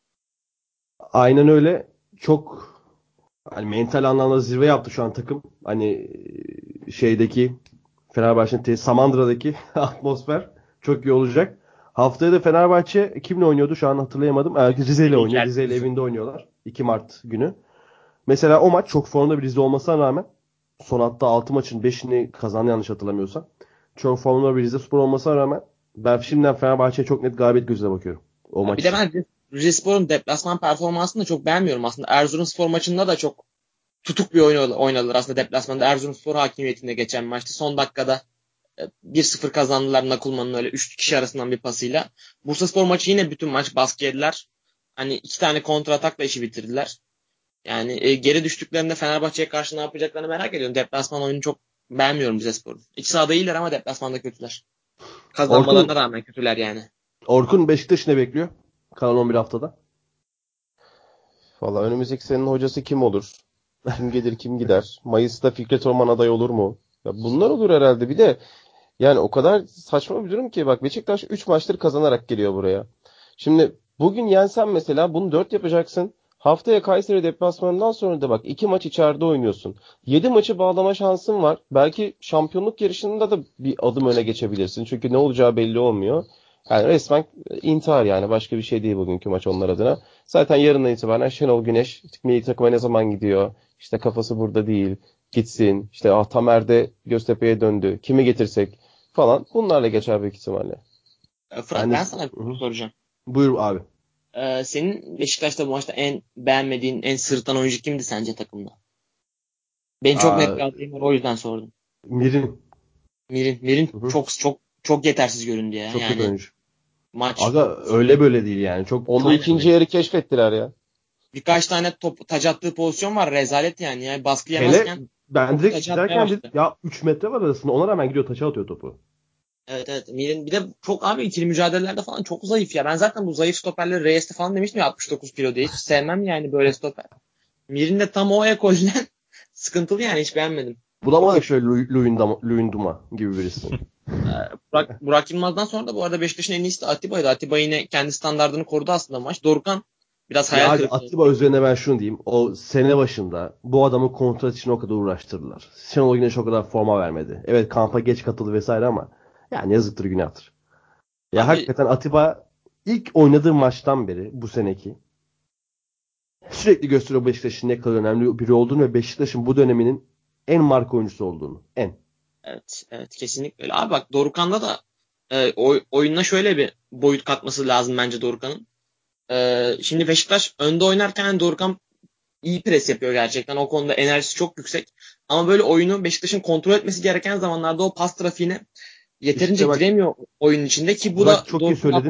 S1: Aynen öyle. Çok hani mental anlamda zirve yaptı şu an takım. Hani şeydeki Fenerbahçe'nin Samandıra'daki atmosfer çok iyi olacak. Haftaya da Fenerbahçe kimle oynuyordu şu an hatırlayamadım. Rize ile oynuyor. Rize ile evinde oynuyorlar. 2 Mart günü. Mesela o maç çok formda bir Rize olmasına rağmen son hatta 6 maçın 5'ini kazandı yanlış hatırlamıyorsam. Çok formda bir Rizespor olmasına rağmen ben şimdiden Fenerbahçe'ye çok net galibiyet gözüyle bakıyorum. O
S3: Ya
S1: maç
S3: bir de
S1: için.
S3: ben Rizespor'un deplasman performansını da çok beğenmiyorum aslında. Erzurumspor maçında da çok tutuk bir oyun oynadılar aslında deplasmanda. Erzurumspor hakimiyetinde geçen maçta. Son dakikada 1-0 kazandılar Nakulman'ın öyle 3 kişi arasından bir pasıyla. Bursaspor maçı yine bütün maç baskı yediler. Hani 2 tane kontra atakla işi bitirdiler. Yani geri düştüklerinde Fenerbahçe'ye karşı ne yapacaklarını merak ediyorum. Deplasman oyunu çok beğenmiyorum Rizespor'un. İç sahada iyiler ama deplasmanda kötüler.
S1: Orkun,
S3: Kazanmalarına rağmen kötüler yani.
S1: Orkun Beşiktaş ne bekliyor? Kalan 11 haftada.
S4: Valla önümüzdeki senenin hocası kim olur? Kim gelir kim gider? Mayıs'ta Fikret Orman aday olur mu? Ya bunlar olur herhalde. Bir de yani o kadar saçma bir durum ki bak Beşiktaş 3 maçtır kazanarak geliyor buraya. Şimdi bugün yensen mesela bunu 4 yapacaksın. Haftaya Kayseri deplasmanından sonra da bak 2 maç içeride oynuyorsun. 7 maçı bağlama şansın var. Belki şampiyonluk yarışında da bir adım öne geçebilirsin. Çünkü ne olacağı belli olmuyor. Yani resmen intihar yani başka bir şey değil bugünkü maç onlar adına. Zaten yarından itibaren Şenol Güneş milli takıma ne zaman gidiyor? İşte kafası burada değil. Gitsin. İşte Tamer de Göztepe'ye döndü. Kimi getirsek falan. Bunlarla geçer büyük ihtimalle.
S3: Fırat
S1: Ben de
S3: ben sana bir
S1: Hı hı.
S3: soru soracağım.
S1: Buyur abi.
S3: Senin Beşiktaş'ta bu maçta en beğenmediğin, en sırıtan oyuncu kimdi sence takımda? Ben çok net bir adayım var o yüzden sordum.
S1: Mirin.
S3: Mirin
S1: Hı hı.
S3: çok yetersiz göründü ya.
S1: Çok kötü
S3: Yani
S1: oyuncu.
S3: maç
S1: Aga öyle böyle değil yani. Çok
S4: Onu
S1: çok
S4: ikinci yarı keşfettiler ya.
S3: birkaç tane top taç attığı pozisyon var. Rezalet yani. Yani baskı
S1: hele
S3: yemezken
S1: ben
S3: topu
S1: direkt
S3: taça atmaya
S1: giderken dedim
S3: başladı.
S1: ya 3 metre var arasında ona rağmen gidiyor taça atıyor topu.
S3: Evet evet. Mirin bir de çok abi ikili mücadelelerde falan çok zayıf ya. Ben zaten bu zayıf stoperleri Reyes'te falan demiştim ya 69 kilo diye. Hiç sevmem yani böyle stoper. Mirin de tam o ekolden sıkıntılı yani hiç beğenmedim.
S1: Bulamadık şöyle Luyendama gibi birisi.
S3: Burak Yılmaz'dan sonra da bu arada Beşiktaş'ın en iyisi de Atiba'ydı. Atiba yine kendi standardını korudu aslında maç. Dorukhan biraz
S1: Ya
S3: hayal
S1: aga
S3: kırıklığı.
S1: Atiba üzerine ben şunu diyeyim. O sene başında bu adamı kontrat için o kadar uğraştırdılar. Şenol Güneş o kadar forma vermedi. Evet kampa geç katıldı vesaire ama yani yazıktır günahtır. Ya
S3: Abi
S1: hakikaten Atiba ilk oynadığı maçtan beri bu seneki sürekli gösteriyor Beşiktaş'ın ne kadar önemli biri olduğunu ve Beşiktaş'ın bu döneminin en marka oyuncusu olduğunu. En.
S3: evet evet kesinlikle öyle. Abi bak Dorukhan'da da oyununa şöyle bir boyut katması lazım bence Dorukhan'ın. Şimdi Beşiktaş önde oynarken Dorukhan iyi pres yapıyor gerçekten. O konuda enerjisi çok yüksek. Ama böyle oyunu Beşiktaş'ın kontrol etmesi gereken zamanlarda o pas trafiğine yeterince
S1: İşte bak
S3: giremiyor oyunun içinde ki bu da
S1: Burak çok iyi
S3: Dorukhan'ı
S1: söyledin.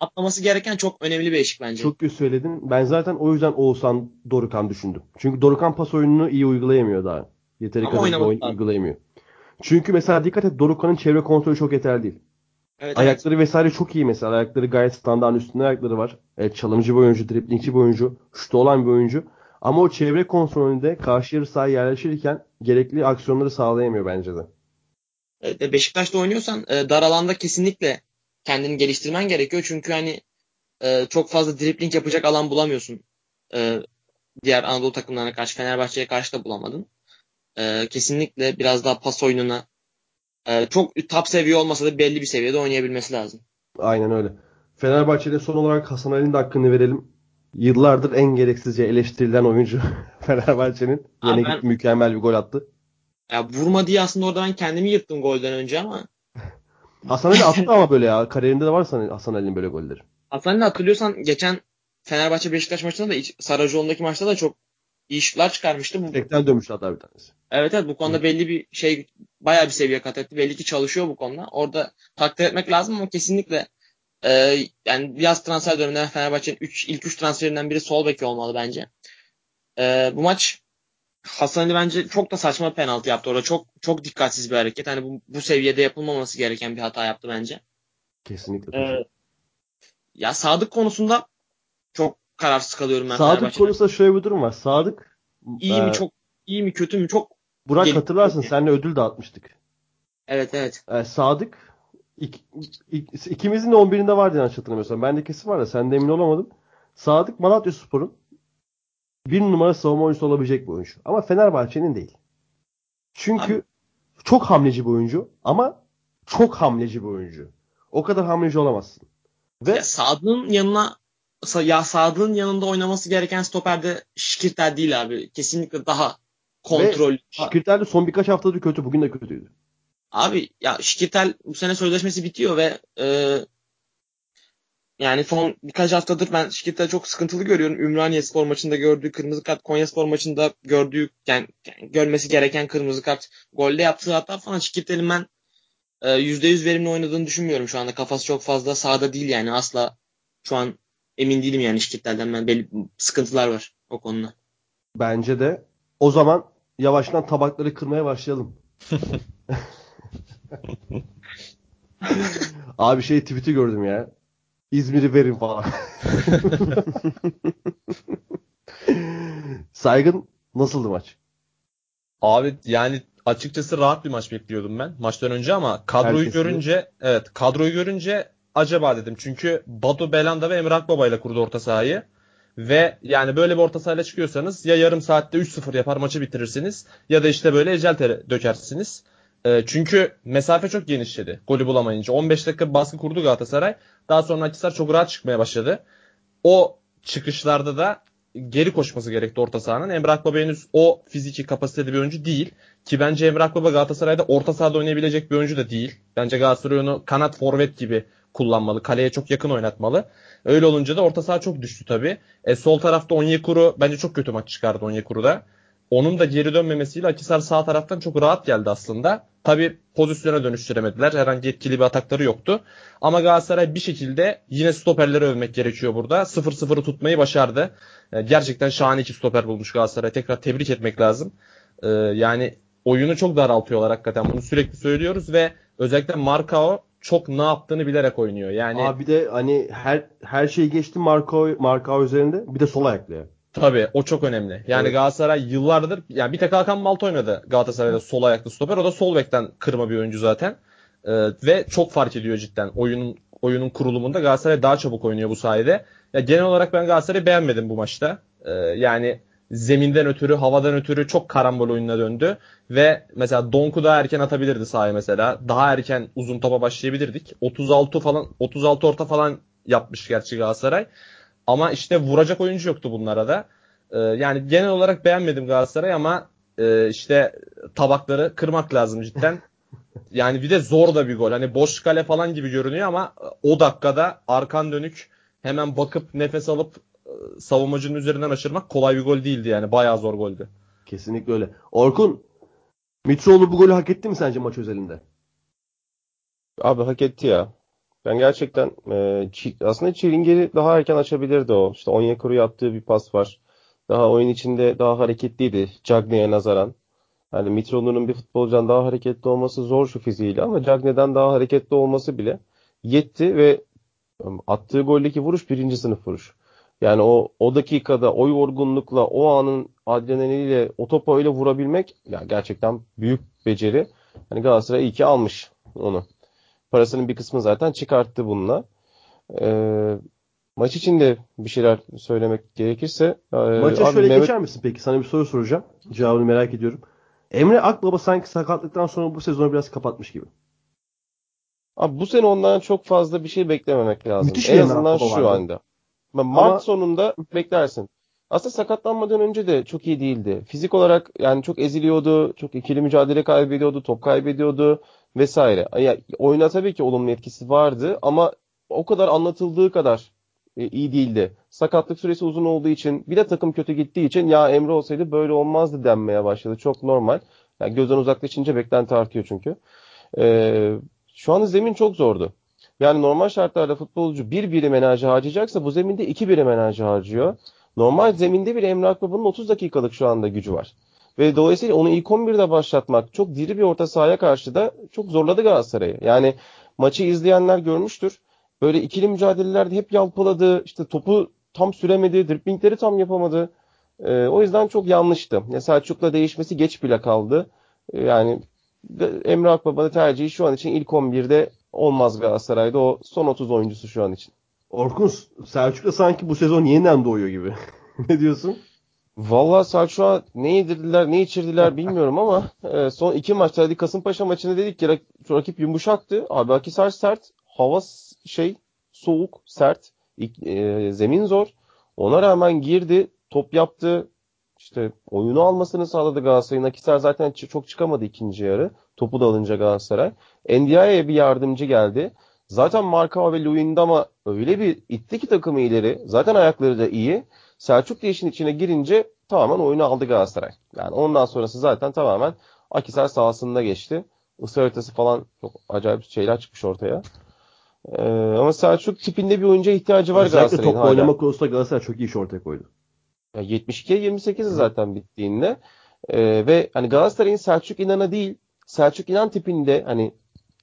S3: atlaması gereken çok önemli bir eşik bence.
S1: Çok güzel söyledin. Ben zaten o yüzden Oğuzhan Dorukhan düşündüm. Çünkü Dorukhan pas oyununu iyi uygulayamıyor daha. Yeteri
S3: Ama
S1: kadar iyi
S3: oynaması
S1: oyun
S3: lazım.
S1: uygulayamıyor. Çünkü mesela dikkat et, Dorukhan'ın çevre kontrolü çok yeterli değil.
S3: Evet, evet.
S1: Ayakları vesaire çok iyi mesela. Ayakları gayet standartın üstünde ayakları var. Evet, çalımcı bir oyuncu, driblingçi bir oyuncu, şutu olan bir oyuncu. Ama o çevre kontrolünde karşı yarı sahaya yerleşirken gerekli aksiyonları sağlayamıyor bence de.
S3: Evet, Beşiktaş'ta oynuyorsan dar alanda kesinlikle kendini geliştirmen gerekiyor. Çünkü hani çok fazla dribling yapacak alan bulamıyorsun. E, Diğer Anadolu takımlarına karşı, Fenerbahçe'ye karşı da bulamadın. Kesinlikle biraz daha pas oyununa çok top seviye olmasa da belli bir seviyede oynayabilmesi lazım.
S1: Aynen öyle. Fenerbahçe'de son olarak Hasan Ali'nin de hakkını verelim. Yıllardır en gereksizce eleştirilen oyuncu Fenerbahçe'nin. Yine
S3: Abi
S1: gitti,
S3: ben
S1: mükemmel bir gol attı.
S3: ya vurma diye aslında orada ben kendimi yırttım golden önce ama
S1: Hasan Ali attı ama böyle ya. Kariyerinde de var Hasan Ali'nin böyle golleri.
S3: Hasan'ı hatırlıyorsan geçen Fenerbahçe Beşiktaş maçında da Saracoğlu'ndaki maçta da çok iyi şutlar çıkarmıştı.
S1: Tekten dönmüştü hatta bir tanesi.
S3: Evet, evet, bu konuda belli bir şey, bayağı bir seviye kat etti. Belli ki çalışıyor bu konuda. Orada takdir etmek lazım ama kesinlikle e, yani yaz transfer döneminde Fenerbahçe'nin ilk 3 transferinden biri sol beki olmalı bence. Bu maç Hasan Ali bence çok da saçma bir penaltı yaptı orada. Çok çok dikkatsiz bir hareket. Hani bu seviyede yapılmaması gereken bir hata yaptı bence.
S1: Kesinlikle
S3: E,
S1: katılıyorum.
S3: Ya Sadık konusunda çok kararsız kalıyorum ben
S1: Sadık
S3: Fenerbahçe'den.
S1: konusunda şöyle bir durum var. Sadık,
S3: İyi mi,
S1: e,
S3: çok iyi mi, kötü mü, çok
S1: Burak
S3: geliştiriyor
S1: hatırlarsın,
S3: yani.
S1: seninle ödül dağıtmıştık.
S3: Evet, evet.
S1: Sadık ik- ikimizin de 11'inde vardı yanlış hatırlamıyorsam. Bende kesin var da sen de emin olamadım. Sadık Malatyaspor'un bir numara savunma oyuncusu olabilecek bir oyuncu. Ama Fenerbahçe'nin değil.
S3: Abi
S1: Çünkü çok hamleci bir oyuncu ama çok hamleci bir oyuncu. O kadar hamleci olamazsın.
S3: ya
S1: Ve
S3: Sadık'ın yanında oynaması gereken stoper de Şikirtel değil abi. Kesinlikle daha
S1: ve
S3: kontrol.
S1: Şikirtel de son birkaç haftadır kötü. Bugün de kötüydü.
S3: Abi ya Şikirtel bu sene sözleşmesi bitiyor ve yani son birkaç haftadır ben Şikirtel'i çok sıkıntılı görüyorum. Ümraniye maçında gördüğü kırmızı kart, Konyaspor maçında gördüğü yani görmesi gereken kırmızı kart, golde yaptığı hata falan, Şikirtel'in ben %100 verimli oynadığını düşünmüyorum şu anda. Kafası çok fazla sahada değil yani, asla şu an emin değilim yani Şikirtel'den, ben belli sıkıntılar var o konuda.
S1: Bence de. O zaman yavaştan tabakları kırmaya başlayalım. Abi tweet'i gördüm ya. İzmir'i verin falan. Saygın, nasıldı maç?
S2: Abi yani açıkçası rahat bir maç bekliyordum ben maçtan önce ama
S1: Herkes gibi.
S2: kadroyu görünce acaba dedim. Çünkü Batu Belanda ve Emre Akbaba ile kurdu orta sahayı. Ve yani böyle bir orta sahayla çıkıyorsanız ya yarım saatte 3-0 yapar maçı bitirirsiniz ya da işte böyle ecel dökersiniz. Çünkü mesafe çok genişledi golü bulamayınca. 15 dakika bir baskı kurdu Galatasaray. Daha sonra Akhisar çok rahat çıkmaya başladı. O çıkışlarda da geri koşması gerekti orta sahanın. Emre Akbaba henüz o fiziki kapasiteli bir oyuncu değil. Ki bence Emre Akbaba Galatasaray'da orta sahada oynayabilecek bir oyuncu da değil. Bence Galatasaray onu kanat forvet gibi kullanmalı. Kaleye çok yakın oynatmalı. Öyle olunca da orta saha çok düştü tabii. Sol tarafta Onyekuru bence çok kötü maç çıkardı Onyekuru'da. Onun da geri dönmemesiyle Akhisar sağ taraftan çok rahat geldi aslında. Tabii pozisyona dönüştüremediler. Herhangi etkili bir atakları yoktu. Ama Galatasaray bir şekilde yine stoperleri övmek gerekiyor burada. 0-0'ı tutmayı başardı. Gerçekten şahane iki stoper bulmuş Galatasaray. Tekrar tebrik etmek lazım. Yani oyunu çok daraltıyorlar hakikaten. Bunu sürekli söylüyoruz ve özellikle Marcao çok ne yaptığını bilerek oynuyor. Yani
S1: Abi de hani her şeyi geçti Marka üzerinde. Bir de sol ayaklı ya.
S2: tabii o çok önemli. Yani
S1: Evet.
S2: Galatasaray yıllardır yani bir tek Hakan Balta oynadı Galatasaray'da sol ayaklı stoper. O da sol bekten kırma bir oyuncu zaten. Ve çok fark ediyor cidden. Oyunun kurulumunda Galatasaray daha çabuk oynuyor bu sayede. Ya genel olarak ben Galatasaray'ı beğenmedim bu maçta. Yani zeminden ötürü, havadan ötürü çok karambol oyununa döndü ve mesela Donk'u daha erken atabilirdi sahaya mesela. Daha erken uzun topa başlayabilirdik. 36 orta falan yapmış gerçi Galatasaray. Ama işte vuracak oyuncu yoktu bunlara da. Yani genel olarak beğenmedim Galatasaray ama işte tabakları kırmak lazım cidden. Yani bir de zor da bir gol. Hani boş kale falan gibi görünüyor ama o dakikada arkan dönük hemen bakıp nefes alıp savunmacının üzerinden aşırmak kolay bir gol değildi yani. Bayağı zor goldü.
S1: Kesinlikle öyle. Orkun, Mitroğlu bu golü hak etti mi sence maç özelinde?
S4: Abi hak etti ya. Ben gerçekten aslında Çilingir'i daha erken açabilirdi o. İşte Onyekuru'ya attığı bir pas var. Daha oyun içinde daha hareketliydi Cagney'e nazaran. Yani Mitroglou'nun bir futbolcudan daha hareketli olması zor şu fiziğiyle ama Cagney'den daha hareketli olması bile yetti ve attığı goldeki vuruş birinci sınıf vuruş. Yani o dakikada o yorgunlukla o anın adrenaliniyle o topa öyle vurabilmek ya gerçekten büyük beceri. Hani Galatasaray iyi ki almış onu. Parasının bir kısmını zaten çıkarttı bununla. Ee, Maç için de bir şeyler söylemek gerekirse
S1: Maça
S4: abi
S1: şöyle
S4: Mehmet
S1: geçer misin peki? Sana bir soru soracağım. Cevabını merak ediyorum. Emre Akbaba sanki sakatlıktan sonra bu sezonu biraz kapatmış gibi.
S4: abi bu sene ondan çok fazla bir şey beklememek lazım.
S1: Müthiş bir
S4: En
S1: Emre
S4: azından
S1: Akbaba
S4: şu
S1: vardı.
S4: anda. Mart
S1: Ama
S4: sonunda beklersin. Aslında sakatlanmadan önce de çok iyi değildi. Fizik olarak yani çok eziliyordu, çok ikili mücadele kaybediyordu, top kaybediyordu vesaire. Yani oyuna tabii ki olumlu etkisi vardı ama o kadar anlatıldığı kadar iyi değildi. Sakatlık süresi uzun olduğu için bir de takım kötü gittiği için ya Emre olsaydı böyle olmazdı denmeye başladı. Çok normal. Yani gözden uzaklaşınca beklenti artıyor çünkü. Ee, Şu anda zemin çok zordu. Yani normal şartlarda futbolcu bir birim enerji harcayacaksa bu zeminde iki birim enerji harcıyor. Normal zeminde bir Emre Akbaba'nın 30 dakikalık şu anda gücü var. Ve dolayısıyla onu ilk 11'de başlatmak çok diri bir orta sahaya karşı da çok zorladı Galatasaray'ı. Yani maçı izleyenler görmüştür. Böyle ikili mücadelelerde hep yalpaladı. İşte topu tam süremedi. Driblingleri tam yapamadı. O yüzden çok yanlıştı. Selçuk'la değişmesi geç bile kaldı. Yani Emre Akbaba'nın tercihi şu an için ilk 11'de olmaz Galatasaray'da. O son 30 oyuncusu şu an için.
S1: Orkun Selçuk da sanki bu sezon yeniden doğuyor gibi. Ne diyorsun?
S4: Vallahi Selçuk'a ne yedirdiler, ne içirdiler bilmiyorum ama son iki maçta hadi Kasımpaşa maçında dedik ki rakip yumuşaktı. Abi Akhisar sert, hava soğuk, sert, zemin zor. Ona rağmen girdi, top yaptı. İşte oyunu almasını sağladı Galatasaray'ın. Akhisar zaten çok çıkamadı ikinci yarı. Topu da alınca Galatasaray. Ndiaye'ye bir yardımcı geldi. Zaten Markao ve Luyendama öyle bir itti ki takımı ileri. Zaten ayakları da iyi. Selçuk da işin içine girince tamamen oyunu aldı Galatasaray. Yani ondan sonrası zaten tamamen Akhisar sahasında geçti. Israr haritası falan çok acayip şeyler çıkmış ortaya. Ama Selçuk tipinde bir oyuncuya ihtiyacı var
S1: Özellikle
S4: Galatasaray'ın
S1: topla
S4: hala.
S1: oynama konusunda Galatasaray çok iyi iş ortaya koydu.
S4: Ya 72'ye 28'i
S1: Hı.
S4: zaten bittiğinde. Ve hani Galatasaray'ın Selçuk İnan'a değil, Selçuk İnan tipinde hani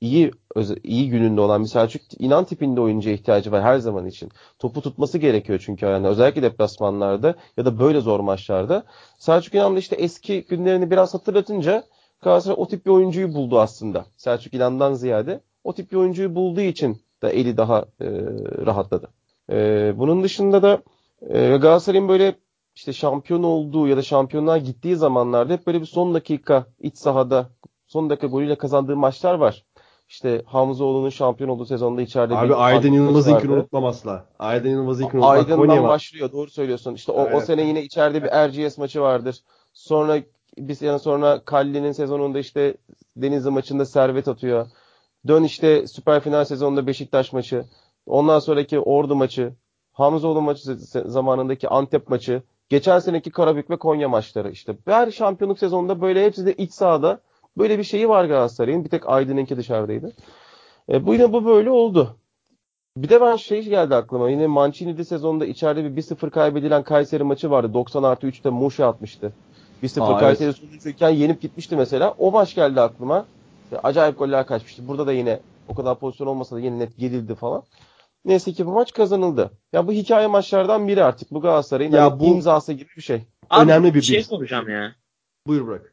S4: iyi gününde olan bir Selçuk İnan tipinde oyuncuya ihtiyacı var her zaman için. Topu tutması gerekiyor çünkü yani özellikle deplasmanlarda ya da böyle zor maçlarda. Selçuk İnan da işte eski günlerini biraz hatırlatınca Galatasaray o tip bir oyuncuyu buldu aslında. Selçuk İnan'dan ziyade o tip bir oyuncuyu bulduğu için de eli daha rahatladı. Bunun dışında da Galatasaray'ın böyle işte şampiyon olduğu ya da şampiyonluğa gittiği zamanlarda hep böyle bir son dakika iç sahada son dakika golüyle kazandığı maçlar var. İşte Hamzoğlu'nun şampiyon olduğu sezonda içeride
S1: Abi
S4: bir
S1: Aydın
S4: Antep maçı
S1: Yılmaz'ınkini
S4: vardı.
S1: unutmam asla. Aydın Yılmaz'ınkini unutmam. Konya
S4: Aydın'dan
S1: var.
S4: başlıyor. Doğru söylüyorsun. İşte o
S1: Aynen.
S4: sene yine içeride bir Erciyes maçı vardır. Sonra bir sene sonra Kalli'nin sezonunda işte Denizli maçında servet atıyor. Dön işte süper final sezonunda Beşiktaş maçı. Ondan sonraki Ordu maçı. Hamzoğlu maçı zamanındaki Antep maçı. Geçen seneki Karabük ve Konya maçları işte. Her şampiyonluk sezonunda böyle hepsi de iç sahada. Böyle bir şeyi var Galatasaray'ın. Bir tek Aydın'ınki dışarıdaydı. Bu böyle oldu. Bir de ben şey geldi aklıma. Yine Mancini'de sezonda içeride bir 1-0 kaybedilen Kayseri maçı vardı. 90+3'te Muş'a atmıştı. 1-0
S1: Aa, evet.
S4: Kayseri sonuncuyken yenip gitmişti mesela. O maç geldi aklıma. Acayip goller kaçmıştı. Burada da yine o kadar pozisyon olmasa da yine net gerildi falan. Neyse ki bu maç kazanıldı. Ya bu hikaye maçlardan biri artık. Bu Galatasaray'ın hani
S1: Ya bu
S4: imzası gibi bir şey.
S3: Abi
S1: önemli
S3: bir
S1: bir
S3: şey
S1: bir.
S3: soracağım ya.
S1: Buyur bırak.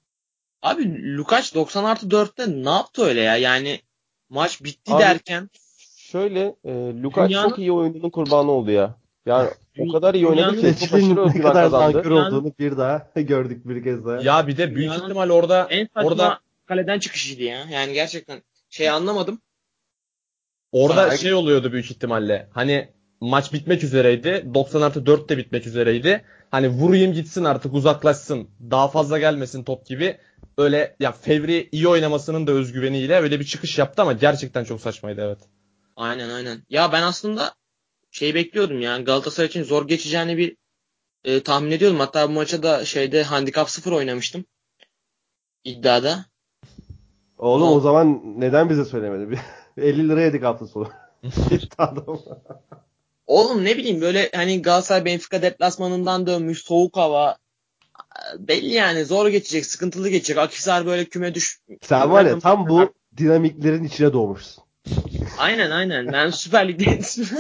S3: Abi Lukaç 90+4'te ne yaptı öyle ya? Yani maç bitti
S4: Abi
S3: derken
S4: şöyle Lukaç çok
S3: dünyanın
S4: iyi oyununun kurbanı oldu ya. Yani o kadar iyi oynadı ki
S3: dünyanın
S4: çok aşırı
S1: Seçilin ne
S4: özgüven
S1: kadar
S4: kazandı.
S1: nankör
S3: dünyanın
S1: olduğunu bir daha gördük bir kez daha.
S2: Ya bir de büyük
S3: dünyanın
S2: ihtimal orada
S3: en
S2: orada
S3: saçma kaleden çıkışıydı ya. Yani gerçekten şey anlamadım.
S2: orada
S3: Aa,
S2: şey oluyordu büyük ihtimalle. Hani maç bitmek üzereydi. 90+4 de bitmek üzereydi. Hani vurayım gitsin artık uzaklaşsın. Daha fazla gelmesin top gibi. Öyle ya Fevri iyi oynamasının da özgüveniyle öyle bir çıkış yaptı ama gerçekten çok saçmaydı evet.
S3: aynen. Ya ben aslında şey bekliyordum ya. Galatasaray için zor geçeceğini bir tahmin ediyordum. Hatta bu maça da şeyde handikap 0 oynamıştım iddiada.
S1: Oğlum o
S3: O
S1: zaman neden bize söylemedi? 50 lira yedik hafta sonu. Gitti adam.
S3: Oğlum ne bileyim böyle hani Galatasaray Benfica deplasmanından dönmüş soğuk hava. Belli yani zor geçecek, sıkıntılı geçecek. Akhisar böyle küme düş.
S1: Sen var ya tam bu dinamiklerin içine doğmuşsun.
S3: Aynen. Ben Süper Lig'de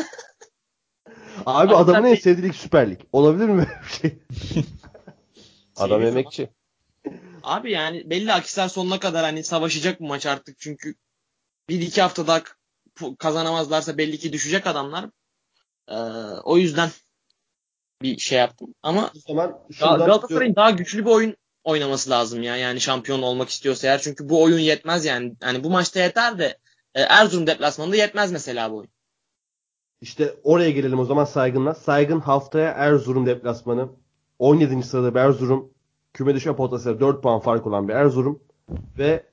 S1: Abi adamın en sevdiği lig Süper Lig. Olabilir mi böyle bir şey?
S4: Adam emekçi.
S3: Abi yani belli Akhisar sonuna kadar hani savaşacak bu maç artık. Çünkü 1-2 hafta daha kazanamazlarsa belli ki düşecek adamlar. O yüzden bir şey yaptım. Ama
S1: O zaman
S3: Galatasaray'ın daha güçlü bir oyun oynaması lazım ya. Yani şampiyon olmak istiyorsa eğer. Çünkü bu oyun yetmez yani. Yani bu maçta yeter de Erzurum deplasmanında yetmez mesela bu oyun.
S1: İşte oraya gelelim o zaman Saygın'la. Saygın haftaya Erzurum deplasmanı. 17. sırada bir Erzurum. Küme düşme potasıyla 4 puan fark olan bir Erzurum. Ve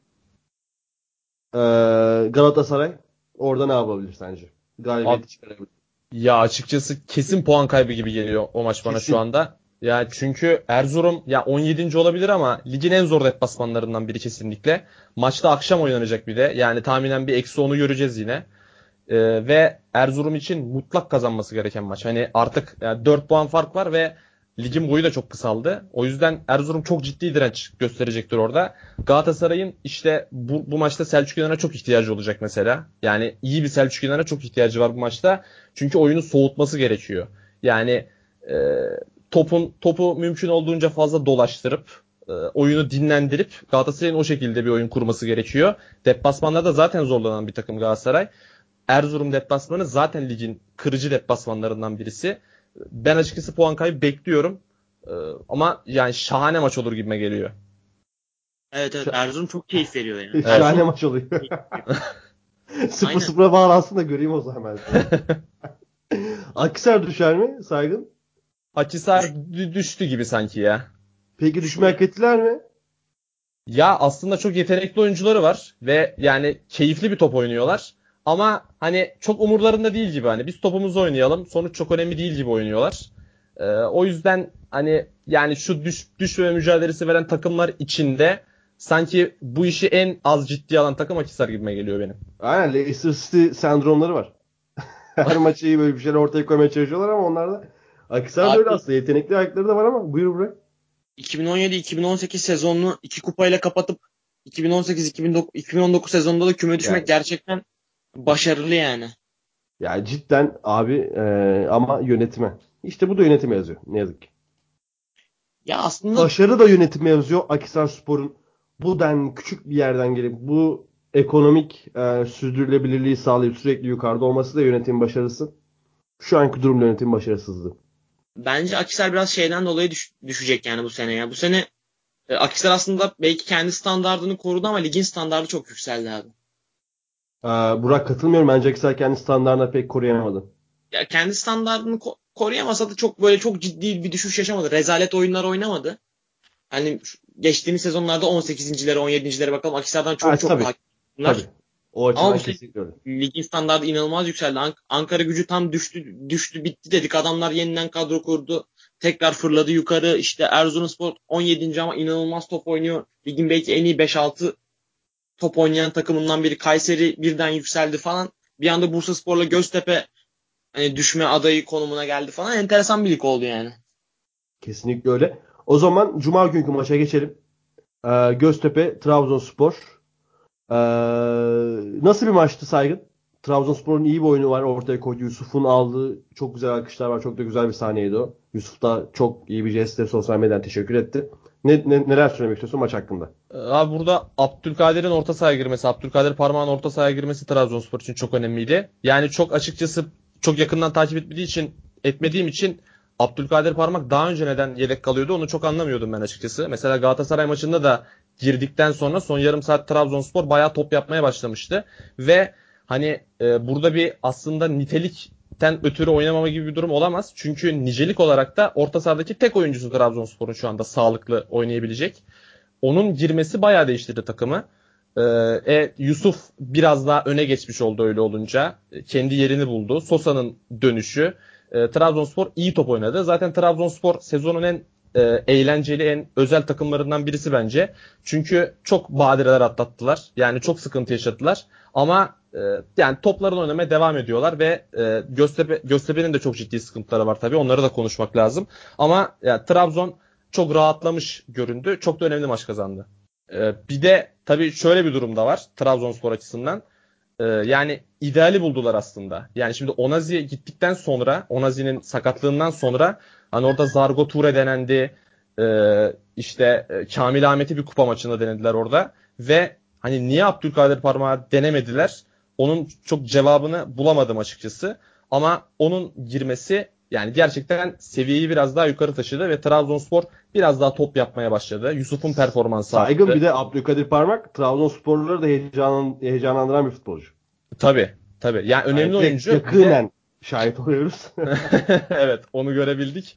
S1: Galatasaray orada ne yapabilir sence? Galibiyeti çıkarabilir.
S2: Ya açıkçası kesin puan kaybı gibi geliyor o maç bana
S1: Kesin.
S2: şu anda. Ya çünkü Erzurum ya 17. olabilir ama ligin en zor deplasmanlarından biri kesinlikle. Maçta akşam oynanacak bir de. Yani tahminen bir -10'u göreceğiz yine. Ve Erzurum için mutlak kazanması gereken maç. Hani artık yani 4 puan fark var ve ligin boyu da çok kısaldı. O yüzden Erzurum çok ciddi direnç gösterecektir orada. Galatasaray'ın işte bu maçta Selçuk İnan'a çok ihtiyacı olacak mesela. Yani iyi bir Selçuk İnan'a çok ihtiyacı var bu maçta. Çünkü oyunu soğutması gerekiyor. Yani e, topu mümkün olduğunca fazla dolaştırıp oyunu dinlendirip Galatasaray'ın o şekilde bir oyun kurması gerekiyor. Deplasmanlarda zaten zorlanan bir takım Galatasaray. Erzurum deplasmanı zaten ligin kırıcı deplasmanlarından birisi. Ben açıkçası puan kaybı bekliyorum. Ama yani şahane maç olur gibime geliyor.
S3: Evet Erzurum çok keyif veriyor yani.
S1: Şahane maç oluyor.
S3: Aynen.
S1: 0-0'a bağlansın da göreyim o zaman ben seni. Akhisar düşer mi Saygın?
S2: Akhisar düştü gibi sanki ya.
S1: Peki düşme hak ettiler mi?
S2: Ya aslında çok yetenekli oyuncuları var ve yani keyifli bir top oynuyorlar. Ama hani çok umurlarında değil gibi hani biz topumuzu oynayalım sonuç çok önemli değil gibi oynuyorlar. O yüzden hani yani şu düşmeme mücadelesi veren takımlar içinde sanki bu işi en az ciddiye alan takım Akhisar gibime geliyor benim.
S1: Aynen Leicester City sendromları var. Her maçı iyi böyle bir şeyler ortaya koymaya çalışıyorlar ama onlar da Akhisar da öyle
S3: Abi
S1: aslında. Yetenekli ayakları da var ama buyur Burak.
S3: 2017-2018 sezonunu 2 kupayla kapatıp 2018-2019 sezonunda da küme düşmek
S1: Yani
S3: gerçekten başarılı yani.
S1: ya cidden abi ama yönetime. İşte bu da yönetime yazıyor. Ne yazık ki.
S3: Ya aslında
S1: Başarı da yönetime yazıyor. Akhisarspor'un bu küçük bir yerden gelip bu ekonomik sürdürülebilirliği sağlayıp sürekli yukarıda olması da yönetimin başarısı. Şu anki durumda yönetimin başarısızlığı.
S3: bence Akhisar biraz şeyden dolayı düşecek yani bu sene ya. Bu sene Akhisar aslında belki kendi standardını korudu ama ligin standardı çok yükseldi abi.
S1: Burak katılmıyorum. Bence Akhisar kendi standartına pek koruyamadı.
S3: Ya kendi standardını koruyamasa da çok böyle çok ciddi bir düşüş yaşamadı. Rezalet oyunlar oynamadı. Hani geçtiğimiz sezonlarda 18.lere 17.lere bakalım Akhisar'dan çok çok
S1: Tabii.
S3: daha
S1: Tabii.
S3: bunlar.
S1: O
S3: Ama
S1: açıdan
S3: bu sene
S1: kesinlikle öyle.
S3: ligin standardı inanılmaz yükseldi. Ankara Gücü tam düştü bitti dedik. Adamlar yeniden kadro kurdu. Tekrar fırladı yukarı. İşte Erzurumspor 17. ama inanılmaz top oynuyor. Ligin belki en iyi 5-6 top oynayan takımından biri. Kayseri birden yükseldi falan. Bir anda Bursaspor'la Göztepe hani düşme adayı konumuna geldi falan. Enteresan bir lig oldu yani.
S1: Kesinlikle öyle. O zaman Cuma günkü maça geçelim. Göztepe, Trabzonspor. Ee, nasıl bir maçtı Saygın? Trabzonspor'un iyi bir oyunu var. Ortaya koydu. Yusuf'un aldığı çok güzel alkışlar var. Çok da güzel bir sahneydi o. Yusuf da çok iyi bir jestle sosyal medyadan teşekkür etti. Neler söylemek istiyorsun maç hakkında?
S2: Abi burada Abdülkadir'in orta sahaya girmesi, Abdülkadir Parmağan'ın orta sahaya girmesi Trabzonspor için çok önemliydi. Yani çok açıkçası çok yakından takip etmediğim için Abdülkadir Parmak daha önce neden yedek kalıyordu onu çok anlamıyordum ben açıkçası. Mesela Galatasaray maçında da girdikten sonra son yarım saat Trabzonspor bayağı top yapmaya başlamıştı. Ve hani burada bir aslında nitelikten ötürü oynamama gibi bir durum olamaz. Çünkü nicelik olarak da orta sahadaki tek oyuncusu Trabzonspor'un şu anda sağlıklı oynayabilecek. Onun girmesi bayağı değiştirdi takımı. Yusuf biraz daha öne geçmiş oldu öyle olunca. Kendi yerini buldu. Sosa'nın dönüşü. Trabzonspor iyi top oynadı. Zaten Trabzonspor sezonun en eğlenceli, en özel takımlarından birisi bence. Çünkü çok badireler atlattılar. Yani çok sıkıntı yaşadılar. Ama yani toplarını oynamaya devam ediyorlar ve Göztepe'nin de çok ciddi sıkıntıları var tabii. Onları da konuşmak lazım. Ama yani Trabzon çok rahatlamış göründü. Çok da önemli maç kazandı. Bir de tabii şöyle bir durum da var Trabzonspor açısından. Yani ideali buldular aslında. Yani şimdi Onazi gittikten sonra, Onazi'nin sakatlığından sonra hani orada Zargo Ture denendi. Kamil Ahmet'i bir kupa maçında denediler orada. Ve hani niye Abdülkadir Parmak'ı denemediler? Onun çok cevabını bulamadım açıkçası. Ama onun girmesi yani gerçekten seviyeyi biraz daha yukarı taşıdı ve Trabzonspor biraz daha top yapmaya başladı. Yusuf'un performansı
S1: Saygın
S2: arttı.
S1: bir de Abdülkadir Parmak Trabzonsporluları da heyecanlandıran bir futbolcu.
S2: Tabii. Yani önemli
S1: Yani direkt
S2: oyuncu.
S1: yakinen şahit oluyoruz.
S2: Evet, onu görebildik.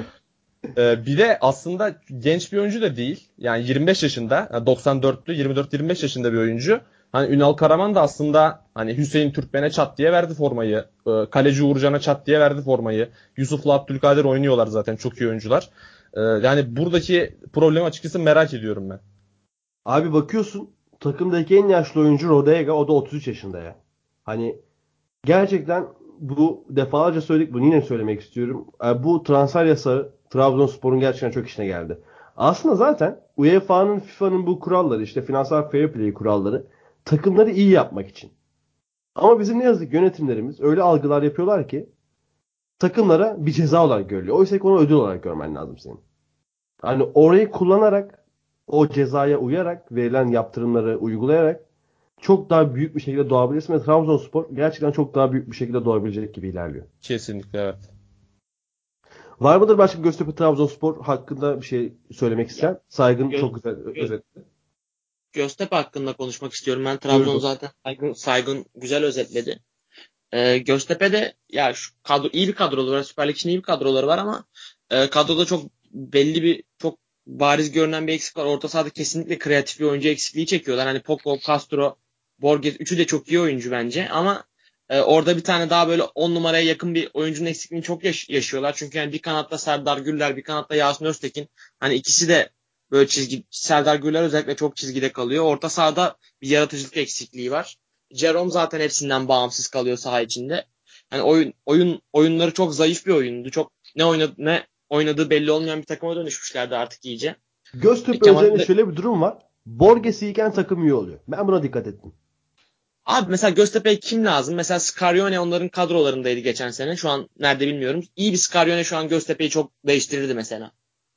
S2: Bir de aslında genç bir oyuncu da değil. Yani 25 yaşında, yani 94'lü, 24-25 yaşında bir oyuncu. Hani Ünal Karaman da aslında hani Hüseyin Türkmen'e çat diye verdi formayı. Kaleci Uğurcan'a çat diye verdi formayı. Yusuf'la Abdülkadir oynuyorlar zaten, çok iyi oyuncular. Yani buradaki problemi açıkçası merak ediyorum ben.
S1: Abi bakıyorsun takımdaki en yaşlı oyuncu Rodega, o da 33 yaşında ya. Hani gerçekten bu defalarca söyledik, bunu yine söylemek istiyorum. Bu transfer yasağı Trabzonspor'un gerçekten çok işine geldi. Aslında zaten UEFA'nın, FIFA'nın bu kuralları, işte finansal fair play kuralları takımları iyi yapmak için. Ama bizim ne yazık ki yönetimlerimiz öyle algılar yapıyorlar ki takımlara bir ceza olarak görülüyor. Oysa ki onu ödül olarak görmen lazım senin. Hani orayı kullanarak, o cezaya uyarak, verilen yaptırımları uygulayarak çok daha büyük bir şekilde doğabilirsin ve Trabzonspor gerçekten çok daha büyük bir şekilde doğabilecek gibi ilerliyor.
S2: Kesinlikle evet.
S1: Var mıdır başka Göztepe Trabzonspor hakkında bir şey söylemek isteyen? Saygın
S3: Gö-
S1: çok güzel
S3: Gö-
S1: özetledi.
S3: Göztepe hakkında konuşmak istiyorum. Ben Trabzon
S1: Buyurun.
S3: zaten Saygın güzel özetledi. Göztepe'de ya şu kadro iyi bir kadroları var. Süper Lig için iyi bir kadroları var ama kadroda çok belli bir çok bariz görünen bir eksik var. Orta sahada kesinlikle kreatif bir oyuncu eksikliği çekiyorlar. Hani Poco, Castro, Borges üçü de çok iyi oyuncu bence ama orada bir tane daha böyle 10 numaraya yakın bir oyuncunun eksikliğini çok yaşıyorlar. Çünkü yani bir kanatta Serdar Gürler, bir kanatta Yasin Öztekin. Hani ikisi de böyle Serdar Gürler özellikle çok çizgide kalıyor. Orta sahada bir yaratıcılık eksikliği var. Jerome zaten hepsinden bağımsız kalıyor saha içinde. Yani oyunları çok zayıf bir oyundu. Çok ne oynadığı belli olmayan bir takıma dönüşmüşlerdi artık iyice.
S1: Göztepe
S3: Kemal'in
S1: üzerinde
S3: de
S1: şöyle bir durum var. Borges iyiken takım iyi oluyor. Ben buna dikkat ettim.
S3: abi mesela Göztepe'ye kim lazım? Mesela Scarione onların kadrolarındaydı geçen sene. Şu an nerede bilmiyorum. İyi bir Scarione şu an Göztepe'yi çok değiştirirdi mesela.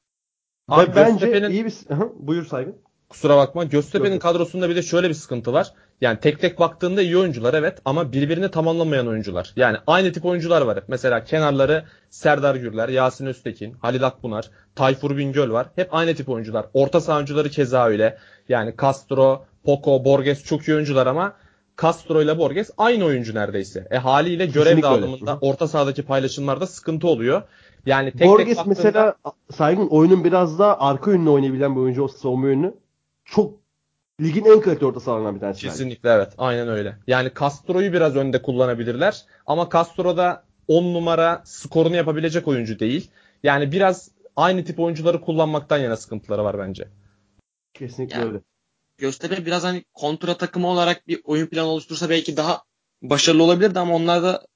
S2: Abi
S1: Ve bence
S2: Göztepe'nin
S1: iyi bir... Hı, buyur Saygın.
S2: Kusura bakma.
S1: Yok
S2: Göztepe'nin
S1: yok.
S2: kadrosunda bir de şöyle bir sıkıntı var. Yani tek tek baktığında iyi oyuncular evet ama birbirini tamamlamayan oyuncular. Yani aynı tip oyuncular var hep. Mesela kenarları Serdar Gürler, Yasin Öztekin, Halil Akbunar, Tayfur Bingöl var. Hep aynı tip oyuncular. Orta saha oyuncuları keza öyle. Yani Castro, Poco, Borges çok iyi oyuncular ama Castro ile Borges aynı oyuncu neredeyse. Haliyle görev
S1: Kesinlikle öyle. Hı
S2: dağılımında
S1: hı.
S2: orta sahadaki paylaşımlarda sıkıntı oluyor. Yani tek tek
S1: Borges
S2: baktığında
S1: mesela Saygın oyunun biraz daha arka yönünü oynayabilen bir oyuncu olsa, savunma yönünü çok ligin en kaliteli orta sahalarından bir tanesi bence.
S2: kesinlikle evet. Aynen öyle. Yani Castro'yu biraz önde kullanabilirler. Ama Castro da 10 numara skorunu yapabilecek oyuncu değil. Yani biraz aynı tip oyuncuları kullanmaktan yana sıkıntıları var bence.
S1: Kesinlikle
S3: Ya
S1: öyle.
S3: Göztepe biraz hani kontra takımı olarak bir oyun planı oluştursa belki daha başarılı olabilirdi ama onlar da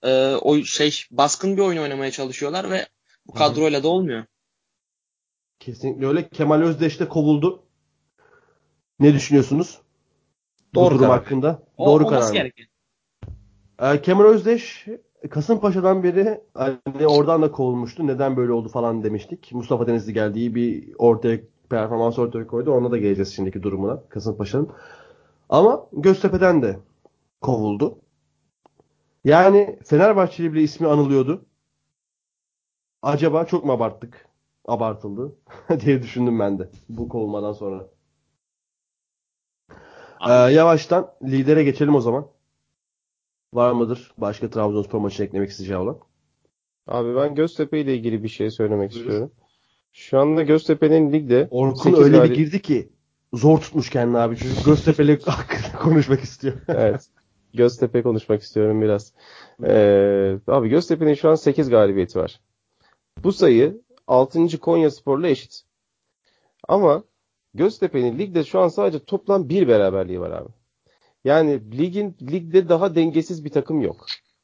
S3: baskın bir oyun oynamaya çalışıyorlar ve bu
S1: Hı hı.
S3: kadroyla da olmuyor.
S1: Kesinlikle öyle. Kemal Özdeş de kovuldu. Ne düşünüyorsunuz bu
S2: Doğru
S1: durum
S2: karar.
S1: hakkında? Doğru karar
S3: Olması
S1: mı?
S3: gereken.
S1: Kemal Özdeş Kasımpaşa'dan beri hani oradan da kovulmuştu. Neden böyle oldu falan demiştik. Mustafa Denizli geldiği bir ortaya performans ortaya koydu. Ona da geleceğiz şimdiki durumuna Kasımpaşa'nın. Ama Göztepe'den de kovuldu. Yani Fenerbahçeli bile ismi anılıyordu. Acaba çok mu abarttık? Abartıldı diye düşündüm ben de bu kovulmadan sonra.
S3: Abi
S1: Yavaştan lidere geçelim o zaman. Var mıdır başka Trabzonspor maçına eklemek isteyeceği olan?
S4: Abi ben Göztepe ile ilgili bir şey söylemek
S1: Buyur.
S4: istiyorum. Şu anda Göztepe'nin ligde
S1: Orkun
S4: 8
S1: öyle bir
S4: galibiyet.
S1: girdi ki zor tutmuş kendini abi. Çocuk Göztepe'li hakkında konuşmak istiyor.
S4: Evet. Göztepe konuşmak istiyorum biraz. Abi Göztepe'nin şu an 8 galibiyeti var. Bu sayı 6. Konyaspor'la eşit. Ama Göztepe'nin ligde şu an sadece toplam bir beraberliği var abi. Yani ligde daha dengesiz bir takım yok.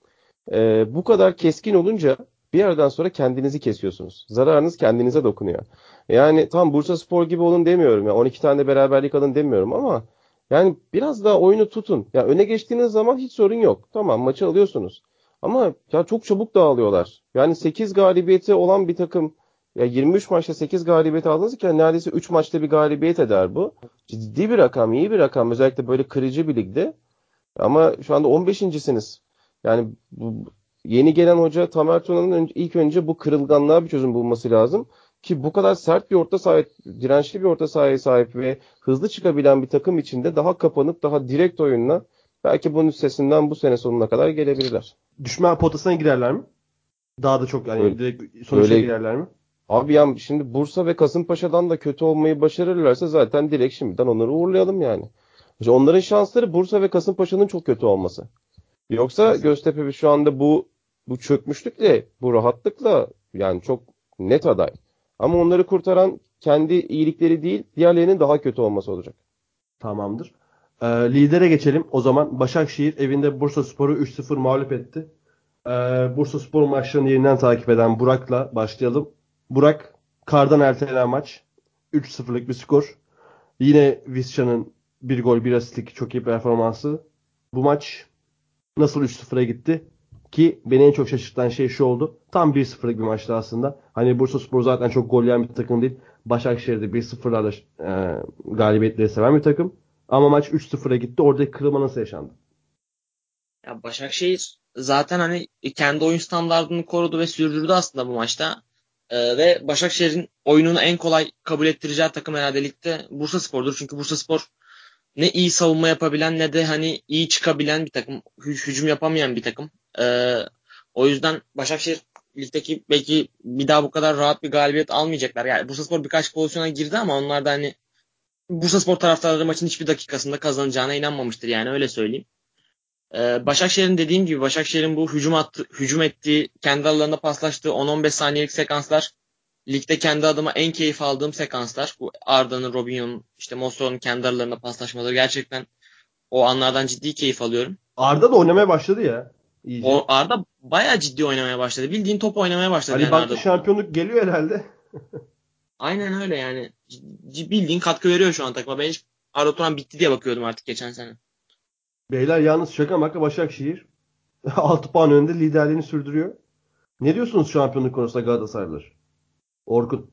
S4: Bu kadar keskin olunca bir yerden sonra kendinizi kesiyorsunuz. Zararınız kendinize dokunuyor. Yani tam Bursaspor gibi olun demiyorum. Ya 12 tane beraberlik alın demiyorum ama yani biraz daha oyunu tutun. Ya öne geçtiğiniz zaman hiç sorun yok. Tamam, maçı alıyorsunuz. Ama ya çok çabuk dağılıyorlar. Yani 8 galibiyeti olan bir takım, ya 23 maçta 8 galibiyet aldınız ki neredeyse 3 maçta bir galibiyet eder bu. Ciddi bir rakam, iyi bir rakam, özellikle böyle kırıcı bir ligde. Ama şu anda 15.siniz. Yani yeni gelen hoca Tamer Tuna'nın ilk önce bu kırılganlığa bir çözüm bulması lazım. Ki bu kadar sert bir orta sahaya, dirençli bir orta sahaya sahip ve hızlı çıkabilen bir takım içinde daha kapanıp daha direkt oyunla belki bunun üstesinden bu sene sonuna kadar gelebilirler.
S1: Düşme potasına girerler mi? Daha da çok
S4: Öyle,
S1: direkt sonuçta
S4: öyle
S1: girerler mi?
S4: abi ya, şimdi Bursa ve Kasımpaşa'dan da kötü olmayı başarırlarsa zaten direkt şimdiden onları uğurlayalım yani. İşte onların şansları Bursa ve Kasımpaşa'nın çok kötü olması. Yoksa Göztepe şu anda bu çökmüşlükle, bu rahatlıkla yani çok net aday. Ama onları kurtaran kendi iyilikleri değil, diğerlerinin daha kötü olması olacak.
S1: Tamamdır. Lidere geçelim. O zaman Başakşehir evinde Bursaspor'u 3-0 mağlup etti. Bursaspor maçlarını yeniden takip eden Burak'la başlayalım. Burak, kardan ertelenen maç. 3-0'lık bir skor. Yine Visca'nın bir gol bir asistlik çok iyi performansı. Bu maç nasıl 3-0'a gitti? Ki beni en çok şaşırtan şey şu oldu. Tam 1-0'lık bir maçtı aslında. Hani Bursaspor zaten çok gol yiyen bir takım değil. Başakşehir'de 1-0'larla galibiyetleri seven bir takım. Ama maç 3-0'a gitti. Oradaki kırılma nasıl yaşandı?
S3: Ya Başakşehir zaten hani kendi oyun standardını korudu ve sürdürdü aslında bu maçta. Ve Başakşehir'in oyununu en kolay kabul ettireceği takım herhalde ligde Bursaspor'dur. Çünkü Bursaspor ne iyi savunma yapabilen ne de hani iyi çıkabilen bir takım. Hücum yapamayan bir takım. O yüzden Başakşehir ligdeki belki bir daha bu kadar rahat bir galibiyet almayacaklar. Yani Bursaspor birkaç pozisyona girdi ama onlar da hani Bursaspor taraftarları maçın hiçbir dakikasında kazanacağına inanmamıştır, yani öyle söyleyeyim. Başakşehir'in dediğim gibi Başakşehir'in bu hücum ettiği, kendi aralarında paslaştığı 10-15 saniyelik sekanslar ligde kendi adıma en keyif aldığım sekanslar. Bu Arda'nın, Robinho'nun, işte Mossora'nun kendi aralarında paslaşmaları, gerçekten o anlardan ciddi keyif alıyorum.
S1: Arda da oynamaya başladı ya. İyice.
S3: O Arda bayağı ciddi oynamaya başladı. Bildiğin top oynamaya başladı
S1: Hani
S3: yani
S1: baktı
S3: Arda.
S1: şampiyonluk geliyor herhalde.
S3: Aynen öyle yani. Bildiğin katkı veriyor şu an takıma. Ben hiç Arda Turan bitti diye bakıyordum artık geçen sene.
S1: Beyler yalnız şaka maka Başakşehir 6 puan önünde liderliğini sürdürüyor. Ne diyorsunuz şampiyonluk konusunda Galatasaraylılar? Orkun.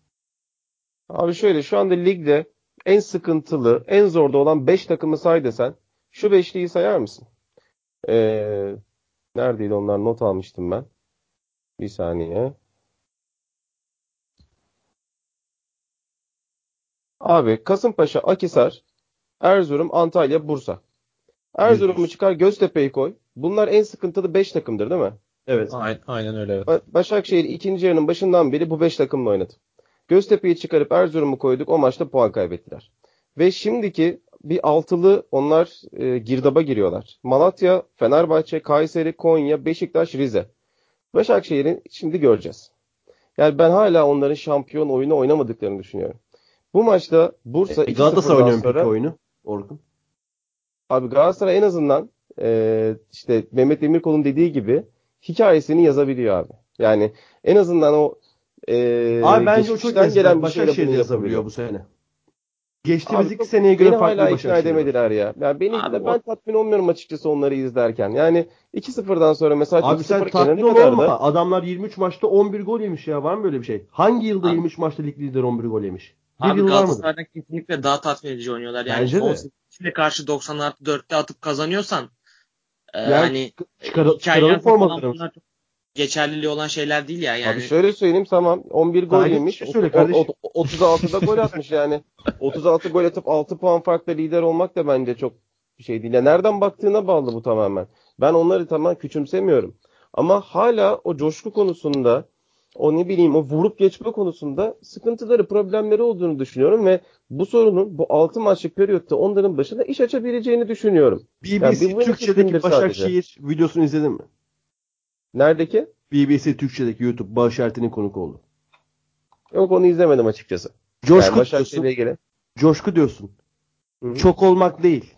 S4: Abi şöyle, şu anda ligde en sıkıntılı, en zorda olan 5 takımı say desen şu beşliyi sayar mısın? Ee, Neredeydi onlar? Not almıştım ben. Bir saniye. Abi Kasımpaşa, Akhisar, Erzurum, Antalya, Bursa. Erzurum'u
S1: %100.
S4: çıkar, Göztepe'yi koy. Bunlar en sıkıntılı 5 takımdır değil mi?
S1: Evet.
S2: Aynen öyle, evet.
S4: Başakşehir ikinci yarının başından beri bu 5 takımla oynadı. Göztepe'yi çıkarıp Erzurum'u koyduk. O maçta puan kaybettiler. Ve şimdiki bir altılı onlar girdaba giriyorlar. Malatya, Fenerbahçe, Kayseri, Konya, Beşiktaş, Rize. Başakşehir'in şimdi göreceğiz. Yani ben hala onların şampiyon oyunu oynamadıklarını düşünüyorum. Bu maçta Bursa
S1: Galatasaray
S4: 2-0'dan
S1: oynuyor mu peki
S4: sonra,
S1: oyunu? Orkun.
S4: abi Galatasaray en azından işte Mehmet Demirkol'un dediği gibi hikayesini yazabiliyor abi. Yani en azından o
S1: Abi bence o çok
S4: geçmişten
S1: yazık. Bak
S4: gelen bir şeyle bunu
S1: Başakşehir'de yazabiliyor
S4: yapabiliyor.
S1: bu sene.
S4: Abi
S1: Geçtiğimizdeki
S4: çok,
S1: seneye göre
S4: beni
S1: farklı bir
S4: hala ikna
S1: Başakşehir var.
S4: edemediler ya. Yani
S3: Abi
S4: ben tatmin olmuyorum açıkçası onları izlerken. Yani 2-0'dan sonra mesela
S1: Abi sen
S4: 3-0 gelene
S1: tatmin ol
S4: kadar
S1: olma.
S4: da
S1: Adamlar 23 maçta 11 gol yemiş ya. Var mı böyle bir şey? Hangi yılda
S3: Abi,
S1: 23 maçta lig lideri 11 gol yemiş? Bir
S3: abi
S1: yıl var mıdır?
S3: Galatasaray'dan kesinlikle daha tatmin edici oynuyorlar. Yani
S1: Bence
S3: son
S1: de.
S3: 8'e karşı 90+4'te atıp kazanıyorsan
S1: Yani
S3: hani
S1: çıkaralım
S3: hikayelerinde falan
S1: formalarımızı.
S3: bunlar çok geçerliliği olan şeyler değil ya.
S4: abi
S3: Yani
S4: şöyle söyleyeyim, tamam, 11 gol
S1: Saygı bir
S4: yemiş.
S1: şey söyle kardeşim.
S4: 36'da gol atmış yani. 36 gol atıp 6 puan farkla lider olmak da bence çok bir şey değil. Ya nereden baktığına bağlı bu tamamen. Ben onları tamamen küçümsemiyorum. Ama hala o coşku konusunda, o ne bileyim, o vurup geçme konusunda sıkıntıları, problemleri olduğunu düşünüyorum ve bu sorunun bu 6 maçlık periyotta onların başına iş açabileceğini düşünüyorum. Yani bir
S1: BBC
S4: win
S1: Türkçe'deki
S4: eksikliğidir sadece.
S1: Başakşehir videosunu izledin mi?
S4: Neredeki?
S1: BBC Türkçe'deki YouTube Bağış Ertin'in konuk oldu.
S4: Yok, onu izlemedim açıkçası. Yani
S1: Coşku
S4: Başakşehir'le
S1: diyorsun.
S4: ilgili.
S1: Coşku diyorsun.
S4: Hı hı.
S1: Çok olmak değil.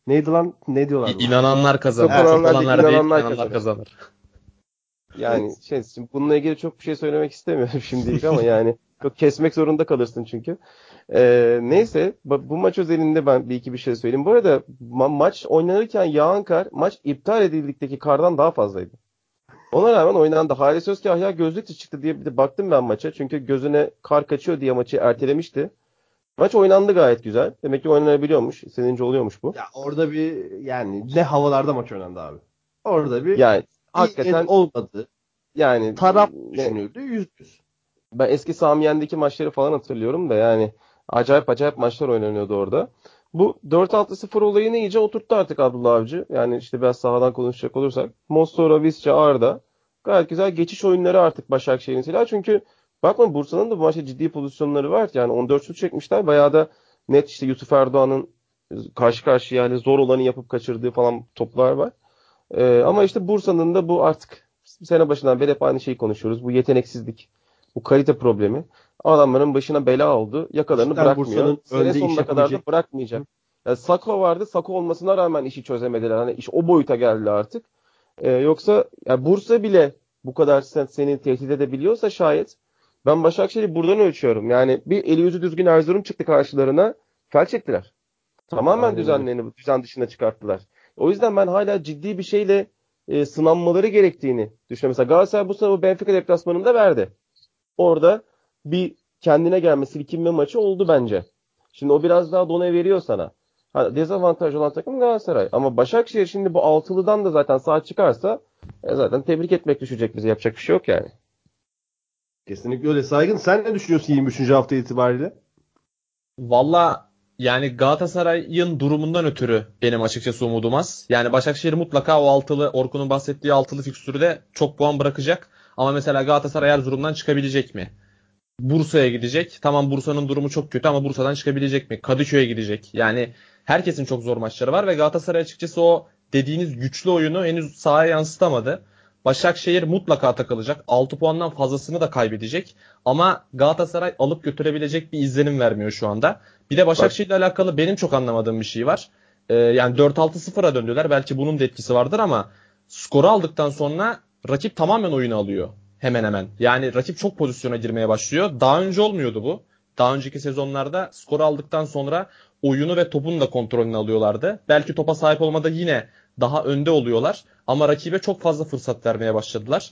S1: Neydi lan? Ne diyorlar?
S2: İnananlar kazanır.
S4: Top olanlar
S2: Çok
S4: değil,
S2: olanlar değil,
S4: inananlar
S2: inananlar kazanır.
S4: Yani şimdi bununla ilgili çok bir şey söylemek istemiyorum şimdilik ama yani çok kesmek zorunda kalırsın çünkü. Neyse bu maç özelinde ben bir iki bir şey söyleyeyim. Bu arada maç oynanırken yağan kar maç iptal edildikteki kardan daha fazlaydı. Ona rağmen oynandı. Halis Özkahya gözlükle çıktı diye bir de baktım ben maça. Çünkü gözüne kar kaçıyor diye maçı ertelemişti. Maç oynandı gayet güzel. Demek ki oynanabiliyormuş. Senince oluyormuş bu.
S1: Ya orada bir yani ne havalarda maç oynandı abi. Orada bir
S4: Yani
S1: iyi niyet
S4: hakikaten
S1: olmadı.
S4: yani
S1: Taraf
S4: ne,
S1: düşünüldü. %100.
S4: ben eski Samiyen'deki maçları falan hatırlıyorum da yani acayip acayip maçlar oynanıyordu orada. Bu 4-6-0 olayını iyice oturttu artık Abdullah Avcı. Yani işte biraz sahadan konuşacak olursak. Mostora, Visca, Arda. Gayet güzel geçiş oyunları artık Başakşehir'in silahı. Çünkü bakma Bursa'nın da bu maçta ciddi pozisyonları var. Yani 14 şut çekmişler. Bayağı da net işte Yusuf Erdoğan'ın karşı karşıya yani zor olanı yapıp kaçırdığı falan toplar var. Ama işte Bursa'nın da bu artık sene başından beri hep aynı şeyi konuşuyoruz. Bu yeteneksizlik, bu kalite problemi adamların başına bela oldu. Yakalarını
S1: Cidden
S4: bırakmıyor.
S1: Bursa'nın
S4: Sene
S1: önde iş
S4: sonuna kadar da
S1: yapabilecek.
S4: bırakmayacak. Yani Sako vardı. Sako olmasına rağmen işi çözemediler. Hani iş o boyuta geldi artık. Yoksa yani Bursa bile bu kadar seni tehdit edebiliyorsa şayet ben Başakşehir'i buradan ölçüyorum. Yani bir eli yüzü düzgün Erzurum çıktı karşılarına. Felç ettiler. Tamamen
S1: Aynen öyle.
S4: düzen dışına çıkarttılar. O yüzden ben hala ciddi bir şeyle sınanmaları gerektiğini düşünüyorum. Mesela Galatasaray bu sene Benfica deplasmanında verdi. Orada bir kendine gelme, silkinme maçı oldu bence. Şimdi o biraz daha done veriyor sana. Ha, dezavantaj olan takım Galatasaray. Ama Başakşehir şimdi bu altılıdan da zaten sağ çıkarsa zaten tebrik etmek düşecek bize. Yapacak bir şey yok yani.
S1: Kesinlikle öyle. Saygın sen ne düşünüyorsun 23. hafta itibariyle?
S2: Valla yani Galatasaray'ın durumundan ötürü benim açıkçası umudum az. Yani Başakşehir mutlaka o altılı, Orkun'un bahsettiği altılı fikstürde çok puan bırakacak. Ama mesela Galatasaray Erzurum'dan çıkabilecek mi? Bursa'ya gidecek. Tamam Bursa'nın durumu çok kötü ama Bursa'dan çıkabilecek mi? Kadıköy'e gidecek. Yani herkesin çok zor maçları var ve Galatasaray açıkçası o dediğiniz güçlü oyunu henüz sahaya yansıtamadı. Başakşehir mutlaka takılacak. 6 puandan fazlasını da kaybedecek. Ama Galatasaray alıp götürebilecek bir izlenim vermiyor şu anda. Bir de
S4: Bak
S2: Başakşehir'le alakalı benim çok anlamadığım bir şey var. Yani 4-6-0'a döndüler. Belki bunun da etkisi vardır ama skoru aldıktan sonra rakip tamamen oyunu alıyor. Hemen hemen. Yani rakip çok pozisyona girmeye başlıyor. Daha önce olmuyordu bu. Daha önceki sezonlarda skoru aldıktan sonra oyunu ve topun da kontrolünü alıyorlardı. Belki topa sahip olmada yine daha önde oluyorlar. Ama rakibe çok fazla fırsat vermeye başladılar.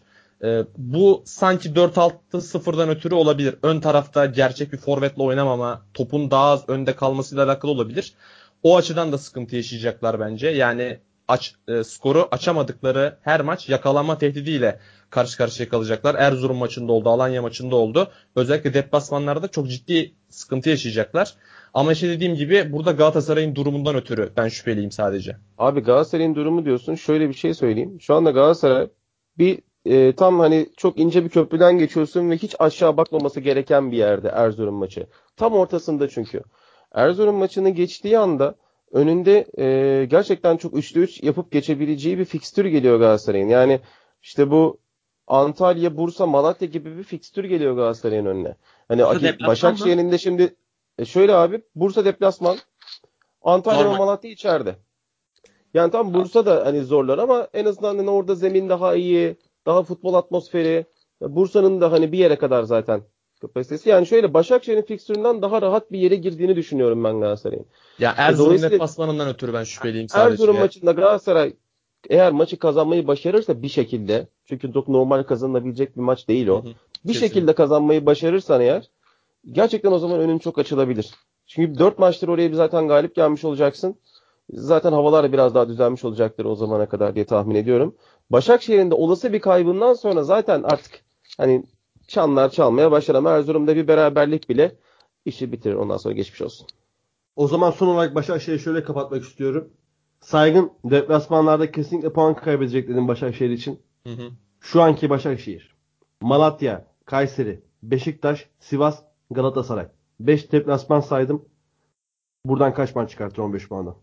S2: Bu sanki 4-6-0'dan ötürü olabilir. Ön tarafta gerçek bir forvetle oynamama, topun daha az önde kalmasıyla alakalı olabilir. O açıdan da sıkıntı yaşayacaklar bence. Yani skoru açamadıkları her maç yakalanma tehdidiyle karşı karşıya kalacaklar. Erzurum maçında oldu, Alanya maçında oldu. Özellikle deplasmanlarda çok ciddi sıkıntı yaşayacaklar. Ama işte dediğim gibi burada Galatasaray'ın durumundan ötürü ben şüpheliyim sadece.
S4: abi Galatasaray'ın durumu diyorsun. Şöyle bir şey söyleyeyim. Şu anda Galatasaray bir tam hani çok ince bir köprüden geçiyorsun ve hiç aşağı bakmaması gereken bir yerde Erzurum maçı. Tam ortasında çünkü. Erzurum maçını geçtiği anda önünde gerçekten çok 3'te 3 yapıp geçebileceği bir fikstür geliyor Galatasaray'ın. Yani işte bu Antalya, Bursa, Malatya gibi bir fikstür geliyor Galatasaray'ın önüne. Hani
S3: Bursa deplasman mı?
S4: Başakşehir'in de şimdi şöyle abi Bursa deplasman, Antalya ve
S3: Normal.
S4: Malatya içeride. Yani tam Bursa da hani zorlar ama en azından hani orada zemin daha iyi, daha futbol atmosferi. Bursa'nın da hani bir yere kadar zaten kapasitesi. Yani şöyle Başakşehir'in fikstüründen daha rahat bir yere girdiğini düşünüyorum ben Galatasaray'ın.
S2: Ya Erzurum
S4: Dolayısıyla
S2: deplasmanından ötürü ben şüpheliyim
S4: Erzurum
S2: sadece.
S4: maçında Galatasaray eğer maçı kazanmayı başarırsa bir şekilde çünkü çok normal kazanılabilecek bir maç değil
S2: Hı
S4: o.
S2: hı,
S4: Bir
S2: kesin.
S4: şekilde kazanmayı başarırsan eğer gerçekten o zaman önün çok açılabilir. Çünkü 4 maçtır oraya bir zaten galip gelmiş olacaksın. Zaten havalar biraz daha düzelmiş olacaktır o zamana kadar diye tahmin ediyorum. Başakşehir'in de olası bir kaybından sonra zaten artık hani çanlar çalmaya başlar ama Erzurum'da bir beraberlik bile işi bitirir. Ondan sonra geçmiş olsun.
S1: O zaman son olarak Başakşehir'i şöyle kapatmak istiyorum. Saygın deplasmanlarda kesinlikle puan kaybedecek dedim Başakşehir için.
S2: Hı hı.
S1: Şu anki Başakşehir. Malatya, Kayseri, Beşiktaş, Sivas, Galatasaray. 5 deplasman saydım. Buradan kaç puan çıkartır 15 puandan?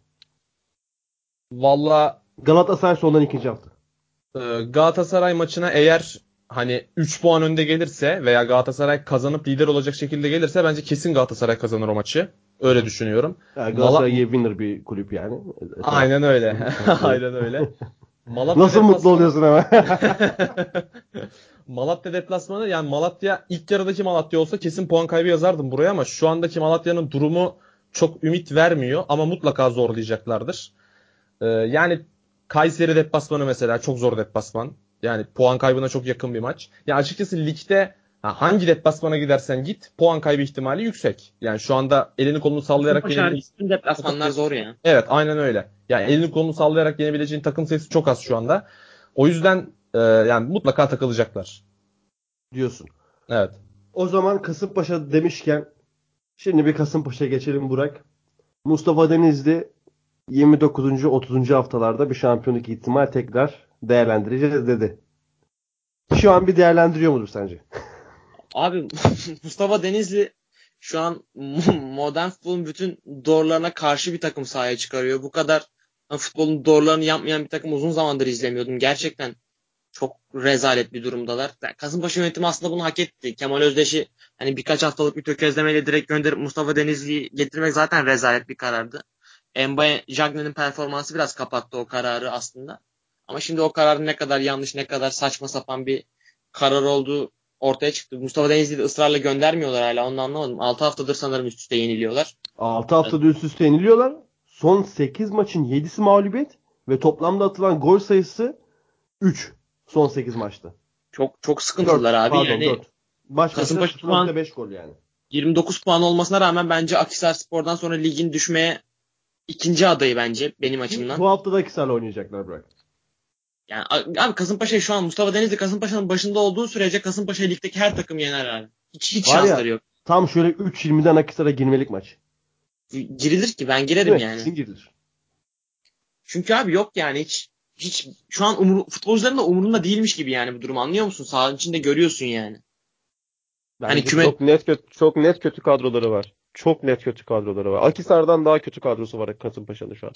S2: Valla
S1: Galatasaray sondan ikinci hafta.
S2: Galatasaray maçına eğer hani 3 puan önde gelirse veya Galatasaray kazanıp lider olacak şekilde gelirse bence kesin Galatasaray kazanır o maçı. Öyle düşünüyorum.
S1: Yani Galatasaray'a winner bir kulüp yani.
S2: Aynen öyle. Aynen öyle. Malatya
S1: Nasıl mutlu oluyorsun hemen?
S2: Malatya deplasmanı, yani Malatya ilk yarıdaki Malatya olsa kesin puan kaybı yazardım buraya ama şu andaki Malatya'nın durumu çok ümit vermiyor ama mutlaka zorlayacaklardır. Yani Kayseri deplasmanı mesela çok zor deplasman. Yani puan kaybına çok yakın bir maç. Ya açıkçası ligde hangi deplasmana gidersen git puan kaybı ihtimali yüksek. Yani şu anda elini kolunu sallayarak
S3: Kasımpaşa bütün deplasmanlar zor ya.
S2: Evet, aynen öyle. Yani elini kolunu sallayarak yenebileceğin takım sayısı çok az şu anda. O yüzden yani mutlaka takılacaklar.
S1: Diyorsun.
S2: Evet.
S1: O zaman Kasımpaşa demişken şimdi bir Kasımpaşa'ya geçelim Burak. Mustafa Denizli 29. 30. haftalarda bir şampiyonluk ihtimal tekrar değerlendireceğiz dedi. Şu an bir değerlendiriyor mudur sence?
S3: Abi Mustafa Denizli şu an modern futbolun bütün doğrularına karşı bir takım sahaya çıkarıyor. Bu kadar futbolun doğrularını yapmayan bir takım uzun zamandır izlemiyordum. Gerçekten çok rezalet bir durumdalar. Yani Kasımpaşa yönetimi aslında bunu hak etti. Kemal Özdeş'i hani birkaç haftalık bir tökezlemeyle direkt gönderip Mustafa Denizli'yi getirmek zaten rezalet bir karardı. Mbaye Jagne'nin performansı biraz kapattı o kararı aslında. Ama şimdi o kararın ne kadar yanlış, ne kadar saçma sapan bir karar olduğu ortaya çıktı. Mustafa Denizli'yi de ısrarla göndermiyorlar hala, onu anlamadım. 6 haftadır sanırım üst üste yeniliyorlar.
S1: 6 haftada üst üste yeniliyorlar. Son 8 maçın 7'si mağlubiyet ve toplamda atılan gol sayısı 3 son 8 maçta.
S3: Çok çok
S1: 4
S3: sıkıntılar abi.
S1: pardon
S3: Yani
S1: 4. Maç başına
S3: Kasımpaşa şu an
S1: 0.5 gol yani.
S3: 29 puan olmasına rağmen bence Akhisarspor'dan sonra ligin düşmeye ikinci adayı bence benim açımdan.
S1: Bu hafta da Akhisar'la oynayacaklar Burak.
S3: Yani abi Kasımpaşa şu an Mustafa Denizli Kasımpaşa'nın başında olduğu sürece Kasımpaşa ligdeki her takım yener abi. Hiç
S1: Var
S3: şansları
S1: ya
S3: yok.
S1: tam şöyle 3.20'den Akhisar'a girmelik maç.
S3: Girilir ki, ben
S1: Değil
S3: girerim
S1: mi?
S3: yani.
S1: Kesin girilir.
S3: Çünkü abi yok yani hiç şu an futbolcuların da umurunda değilmiş gibi yani bu durum, anlıyor musun? Sahanın içinde görüyorsun yani. Hani
S1: Bence
S3: küme
S4: Çok net kötü kadroları var. Çok net kötü kadroları var. Akhisar'dan daha kötü kadrosu var Kasımpaşa'nın şu an.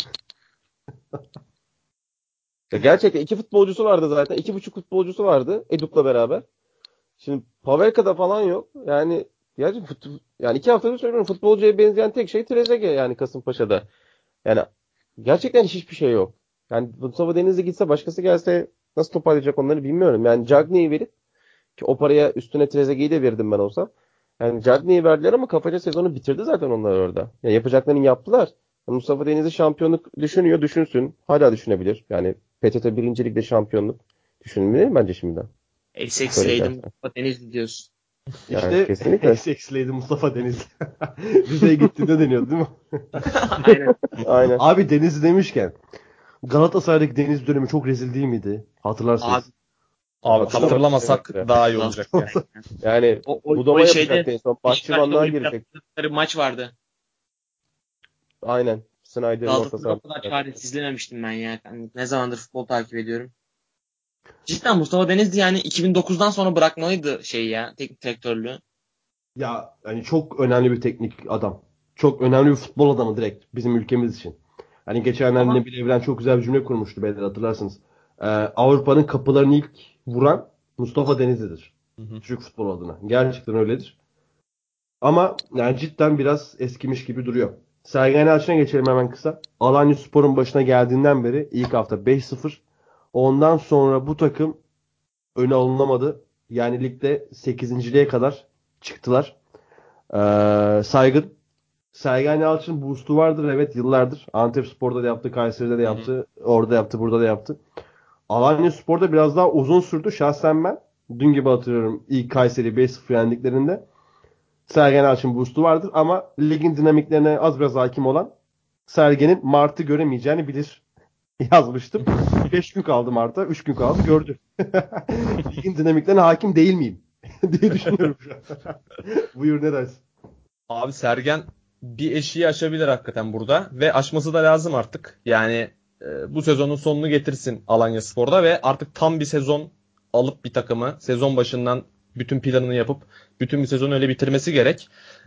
S4: Ya gerçekten iki futbolcusu vardı zaten. 2,5 futbolcusu vardı Edup'la beraber. Şimdi Pavelka'da falan yok. Yani 2 haftadır söylüyorum, futbolcuya benzeyen tek şey Trezeguet yani Kasımpaşa'da. Yani gerçekten hiçbir şey yok. Yani Mustafa Denizli gitse, başkası gelse nasıl toparlayacak onları bilmiyorum. Yani Cagney'i verip, ki o paraya üstüne Trezeguet'i de verdim ben olsam. Yani Cagney'i verdiler ama kafaca sezonu bitirdi zaten onlar orada. Yani yapacaklarını yaptılar. Yani Mustafa Denizli şampiyonluk düşünüyor, düşünsün. Hala düşünebilir. Yani PTT 1. Lig'de şampiyonluk düşünülmeli bence şimdiden. Böyle
S3: eksileydim
S4: giderse.
S3: Mustafa Denizli diyorsun.
S4: Yani
S1: İşte
S4: kesinlikle.
S1: eksileydi Mustafa Denizli. Rize'ye gittiğinde deniyordu değil mi?
S3: Aynen.
S4: Aynen.
S1: Abi Denizli demişken Galatasaray'daki Denizli dönemi çok rezil değil miydi?
S3: Abi
S1: Hatırlarsınız.
S2: Abi
S4: Hatırlamak
S2: hatırlamasak
S4: kesinlikle.
S2: daha iyi olacak ya.
S4: Yani
S3: O
S4: budama
S3: şeyde
S4: yapacaktı en son.
S3: Beşiktaş'ta
S4: Bahçıvanlığa girecek.
S3: olimpiyatları maç vardı.
S4: Aynen. Snyder'in orta
S3: Galatasaray'ı o
S4: saha.
S3: kadar çaresiz izlememiştim ben ya. Yani ne zamandır futbol takip ediyorum. Cidden Mustafa Denizli yani 2009'dan sonra bırakmalıydı şey ya, teknik direktörlüğü.
S1: Ya hani çok önemli bir teknik adam. Çok önemli bir futbol adamı direkt bizim ülkemiz için. Hani geçenlerde
S3: Ama
S1: Nebil Evren çok güzel bir cümle kurmuştu beyler, hatırlarsınız. Avrupa'nın kapılarını ilk vuran Mustafa Denizli'dir.
S2: Hı hı.
S1: Türk futbol adına. Gerçekten öyledir. Ama yani cidden biraz eskimiş gibi duruyor. Sergen Yalçın'a geçelim hemen kısa. Alanyaspor'un başına geldiğinden beri ilk hafta 5-0. Ondan sonra bu takım öne alınamadı. Yani ligde 8.liğe kadar çıktılar. Saygın. Sergen Yalçın boost'u vardır evet, yıllardır. Antepspor'da da yaptı, Kayseri'de de
S2: Hı hı.
S1: yaptı. Orada yaptı, burada da yaptı. Alanyaspor'da biraz daha uzun sürdü. Şahsen ben dün gibi hatırlıyorum ilk Kayseri 5-0 yendiklerinde. Sergen Yalçın boost'u vardır ama ligin dinamiklerine az biraz hakim olan Sergen'in Mart'ı göremeyeceğini bilir yazmıştım. 5 gün kaldı Mart'a, 3 gün kaldı gördü. Ligin dinamiklerine hakim değil miyim diye düşünüyorum şu an. Buyur, ne dersin?
S2: Abi Sergen bir eşiği aşabilir hakikaten burada ve aşması da lazım artık. Yani bu sezonun sonunu getirsin Alanyaspor'da ve artık tam bir sezon alıp bir takımı sezon başından bütün planını yapıp bütün bir sezonu öyle bitirmesi gerek.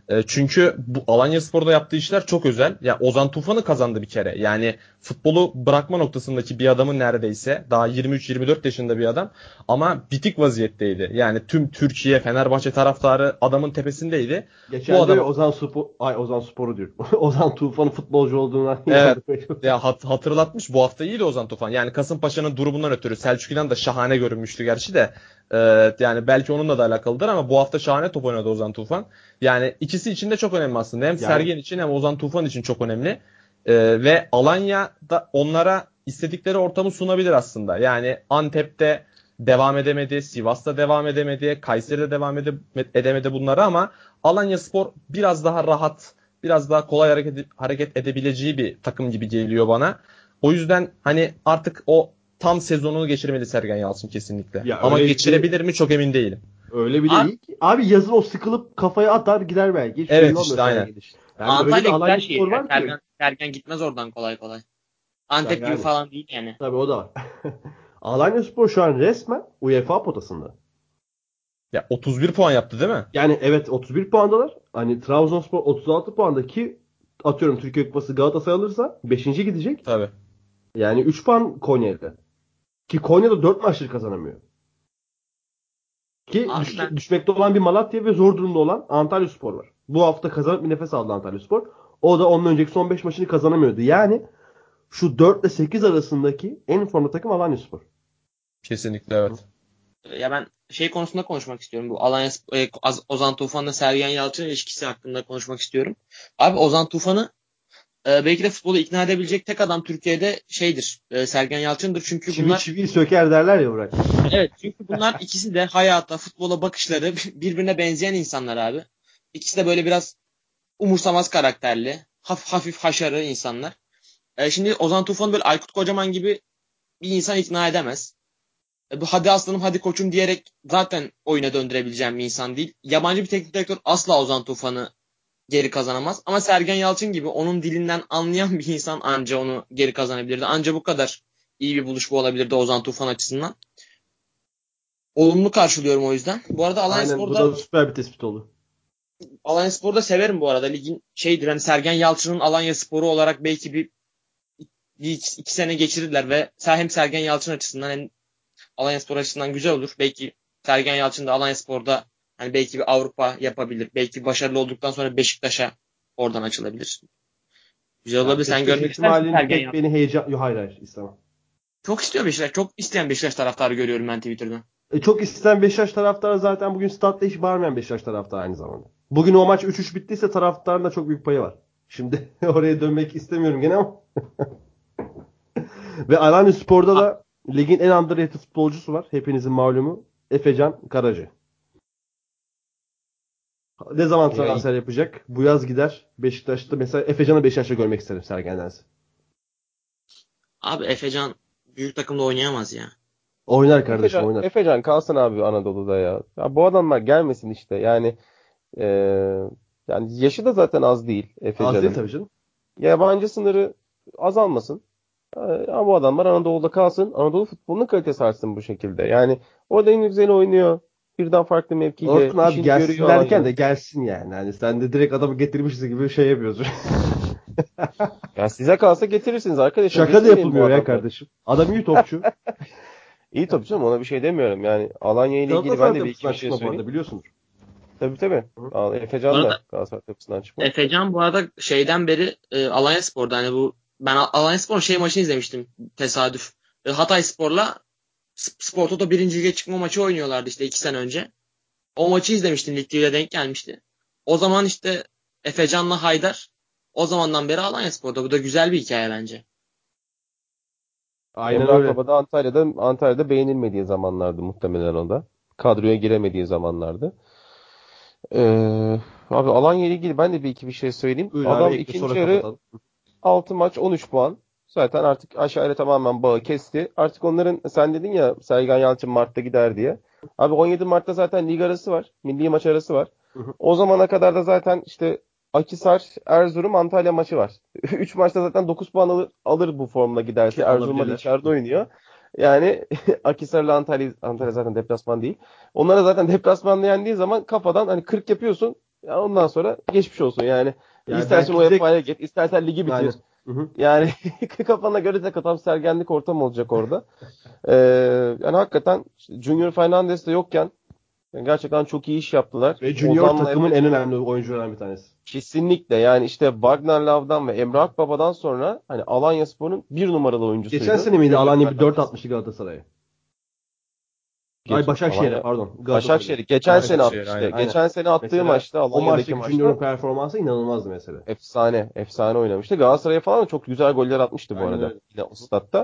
S2: Çünkü bu Alanyaspor'da yaptığı işler çok özel. Ya Ozan Tufan'ı kazandı bir kere. Yani futbolu bırakma noktasındaki bir adamın neredeyse daha 23-24 yaşında bir adam ama bitik vaziyetteydi. Yani tüm Türkiye Fenerbahçe taraftarı adamın tepesindeydi.
S1: Geçen
S2: Bu
S1: diyor
S2: adam
S1: ya, Ozan Spor'u diyor. Ozan Tufan'ın futbolcu olduğundan
S2: evet
S1: inandırmaya
S2: ya hatırlatmış. Bu hafta iyiydi Ozan Tufan. Yani Kasımpaşa'nın durumundan ötürü Selçuk İnan da şahane görünmüştü gerçi de. Yani belki onunla da alakalıdır ama bu hafta şahane top oynadı Ozan Tufan. Yani ikisi için de çok önemli aslında. Hem
S1: Yani
S2: Sergen için hem Ozan Tufan için çok önemli. Ve Alanya da onlara istedikleri ortamı sunabilir aslında. Yani Antep'te devam edemedi, Sivas'ta devam edemedi, Kayseri'de devam edemedi bunları ama Alanyaspor biraz daha rahat, biraz daha kolay hareket edebileceği bir takım gibi geliyor bana. O yüzden hani artık o tam sezonunu geçirmeli Sergen Yalçın kesinlikle.
S1: ya
S2: Ama
S1: öyle bir
S2: geçirebilir mi çok emin değilim.
S1: öyle bir de
S3: Abi,
S1: iyi ki. Abi yazın o sıkılıp kafaya atar gider belki. Hiç belli
S2: Evet
S1: olmuyor
S2: işte aynen.
S1: Sergen gidiş. Yani öyle
S3: Antalya
S1: bir
S3: güzel şehir
S1: Alanyaspor
S3: ya.
S1: var ki.
S3: Sergen gitmez oradan kolay kolay.
S1: Ya
S3: Antep gibi
S1: yani
S3: falan değil yani.
S1: tabii o da var. Alanyaspor şu an resmen UEFA potasında.
S2: Ya 31 puan yaptı değil mi?
S1: Yani evet, 31 puandalar. Hani Trabzonspor 36 puanda ki atıyorum Türkiye Kupası Galatasaray alırsa 5. gidecek.
S2: Tabii.
S1: Yani 3 puan Konya'da. Ki Konya'da 4 maçtır kazanamıyor. Ki
S3: Abi ben
S1: düşmekte olan bir Malatya ve zor durumda olan Antalyaspor var. Bu hafta kazanıp bir nefes aldı Antalyaspor. O da ondan önceki son 5 maçını kazanamıyordu. Yani şu 4 ile 8 arasındaki en formda takım Alanyaspor.
S2: Kesinlikle evet.
S3: ya ben şey konusunda konuşmak istiyorum. Bu Ozan Tufan'la Sergen Yalçın ilişkisi hakkında konuşmak istiyorum. Abi Ozan Tufan'ı belki de futbolu ikna edebilecek tek adam Türkiye'de şeydir. Sergen Yalçın'dır. Çünkü
S1: Çivi
S3: bunlar
S1: çiviyi söker derler ya Burak.
S3: evet, çünkü bunlar ikisi de hayata, futbola bakışları birbirine benzeyen insanlar abi. İkisi de böyle biraz umursamaz karakterli, hafif haşarı insanlar. Şimdi Ozan Tufan'ı böyle Aykut Kocaman gibi bir insan ikna edemez. Bu hadi aslanım hadi koçum diyerek zaten oyuna döndürebileceğim bir insan değil. Yabancı bir teknik direktör asla Ozan Tufan'ı geri kazanamaz. Ama Sergen Yalçın gibi onun dilinden anlayan bir insan anca onu geri kazanabilirdi. Anca bu kadar iyi bir buluşma olabilirdi Ozan Tufan açısından. Olumlu karşılıyorum o yüzden. Bu arada
S1: Aynen, bu da süper bir tespit oldu.
S3: Alanyaspor'u severim bu arada. Ligin şeydir hani Sergen Yalçın'ın Alanyaspor'u olarak belki bir iki sene geçirirler ve hem Sergen Yalçın açısından hem Alanyaspor açısından güzel olur. Belki Sergen Yalçın da Alanyaspor'da hani belki bir Avrupa yapabilir. Belki başarılı olduktan sonra Beşiktaş'a oradan açılabilir. Güzel
S1: Ya
S3: olabilir. Sen
S1: Beşiktaş
S3: görmek ister misin
S1: ihtimalin
S3: Sergen
S1: pek
S3: Yalçın?
S1: beni heyecan... Yok, hayır hayır, istemem.
S3: Çok istiyor Beşiktaş. Çok isteyen Beşiktaş taraftarı görüyorum ben Twitter'dan.
S1: Çok isten Beşiktaş taraftarı zaten bugün statta hiç bağırmayan Beşiktaş taraftarı aynı zamanda. Bugün o maç 3-3 bittiyse taraftarın da çok büyük payı var. Şimdi oraya dönmek istemiyorum gene ama. Ve Alanyaspor'da
S3: Ah,
S1: da ligin en underrated futbolcusu var. Hepinizin malumu. Efecan Karaca. Ne zaman
S2: Ya,
S1: transfer yapacak? Bu yaz gider. Beşiktaş'ta mesela Efecan'ı Beşiktaş'ta görmek isterim Sergen'dense.
S3: abi Efecan büyük takımda oynayamaz ya.
S1: Oynar kardeşim,
S4: Efecan,
S1: oynar.
S4: Efecan kalsın abi Anadolu'da ya. Ya bu adamlar gelmesin işte. Yani yaşı da zaten az değil
S1: Az değil
S4: Efecan'ın.
S1: tabii canım.
S4: Yabancı sınırı azalmasın. Ama bu adamlar Anadolu'da kalsın. Anadolu futbolunun kalitesi artsın bu şekilde. Yani orada en güzel oynuyor. Birden farklı mevkide
S1: Olsun abi,
S4: işini
S1: gelsin
S4: görüyor
S1: derken de
S4: Alanya'nın.
S1: gelsin yani. Hani sen de direkt adamı getirmişiz gibi şey yapıyorsun.
S4: Ya size kalsa getirirsiniz arkadaşım.
S1: Şaka da
S4: Getirmeyin bu
S1: yapılmıyor ya
S4: adamları.
S1: kardeşim. Adam iyi topçu.
S4: İyi tabii canım ona bir şey demiyorum. Yani Alanya ile ilgili ben
S1: Galatasaray
S4: de bir iki bir
S1: yapısından
S4: şey
S1: çıkma bu
S4: söyleyeyim.
S1: arada, biliyorsundur.
S4: Tabii tabii.
S1: Hı.
S3: Bu
S4: Efecan
S3: arada
S4: da Galatasaray kapısından çıkma.
S3: Efecan bu arada şeyden beri Alanyaspor'da hani ben Alanyaspor'un şey maçını izlemiştim tesadüf. Hatayspor'la Spor Toto 1. Lige çıkma maçı oynuyorlardı işte 2 sene önce. O maçı izlemiştim. Lig TV'de denk gelmişti. O zaman işte Efecan'la Haydar o zamandan beri Alanyaspor'da. Bu da güzel bir hikaye bence.
S1: Aynen
S4: Emre
S1: öyle.
S4: Akbaba da Antalya'da beğenilmediği zamanlardı muhtemelen o da. Kadroya giremediği zamanlardı. Ee, Abi Alanya ile ilgili ben de bir iki bir şey söyleyeyim.
S1: Buyur abi,
S4: Adam
S1: ekle sonra
S4: ikinci yarı
S1: kapatalım.
S4: 6 maç 13 puan. Zaten artık aşağıya tamamen bağı kesti. Artık onların sen dedin ya Sergen Yalçın Mart'ta gider diye. Abi 17 Mart'ta zaten lig arası var. Milli maç arası var.
S1: Hı hı.
S4: O zamana kadar da zaten işte Akhisar, Erzurum, Antalya maçı var. 3 maçta zaten 9 puan alır bu formla giderse.
S1: Ki
S4: Erzurum'a da
S1: alabilirler.
S4: içeride oynuyor. Yani Akhisar'la Antalya zaten deplasman değil. Onlara zaten deplasmanla yendiği zaman kafadan hani 40 yapıyorsun. Ya ondan sonra geçmiş olsun yani.
S1: Yani
S4: İstersen
S1: belki
S4: UEFA'ya git, istersen ligi bitir.
S1: Aynen. Hı hı.
S4: Yani kafana göre de tam sergenlik ortamı olacak orada. Yani hakikaten Junior Fernandes de yokken gerçekten çok iyi iş yaptılar.
S1: Ve Junior
S4: Ozan'la
S1: takımın en önemli oyuncularından bir tanesi.
S4: kesinlikle yani işte Wagner Love'dan ve Emre Akbaba'dan sonra hani Alanyaspor'un bir numaralı oyuncusuydu.
S1: Geçen sene miydi
S4: Junior
S1: Alanya bir 4
S4: Fernandes.
S1: atmıştı Galatasaray'a? Ay Başakşehir'e
S4: Alanya
S1: pardon.
S4: Başakşehir
S1: Galatasaray'a.
S4: geçen sene
S2: Başakşehir
S4: atmıştı.
S2: aynen.
S1: Aynen.
S4: Geçen sene attığı
S1: Mesela
S4: maçta
S1: o
S4: Alanya'daki
S1: maçtaki
S4: maçta
S1: Junior'un performansı inanılmazdı mesela.
S4: efsane oynamıştı. Galatasaray'a falan da çok güzel goller atmıştı bu
S1: Aynen
S4: arada.
S1: öyle.
S4: Yine o statta.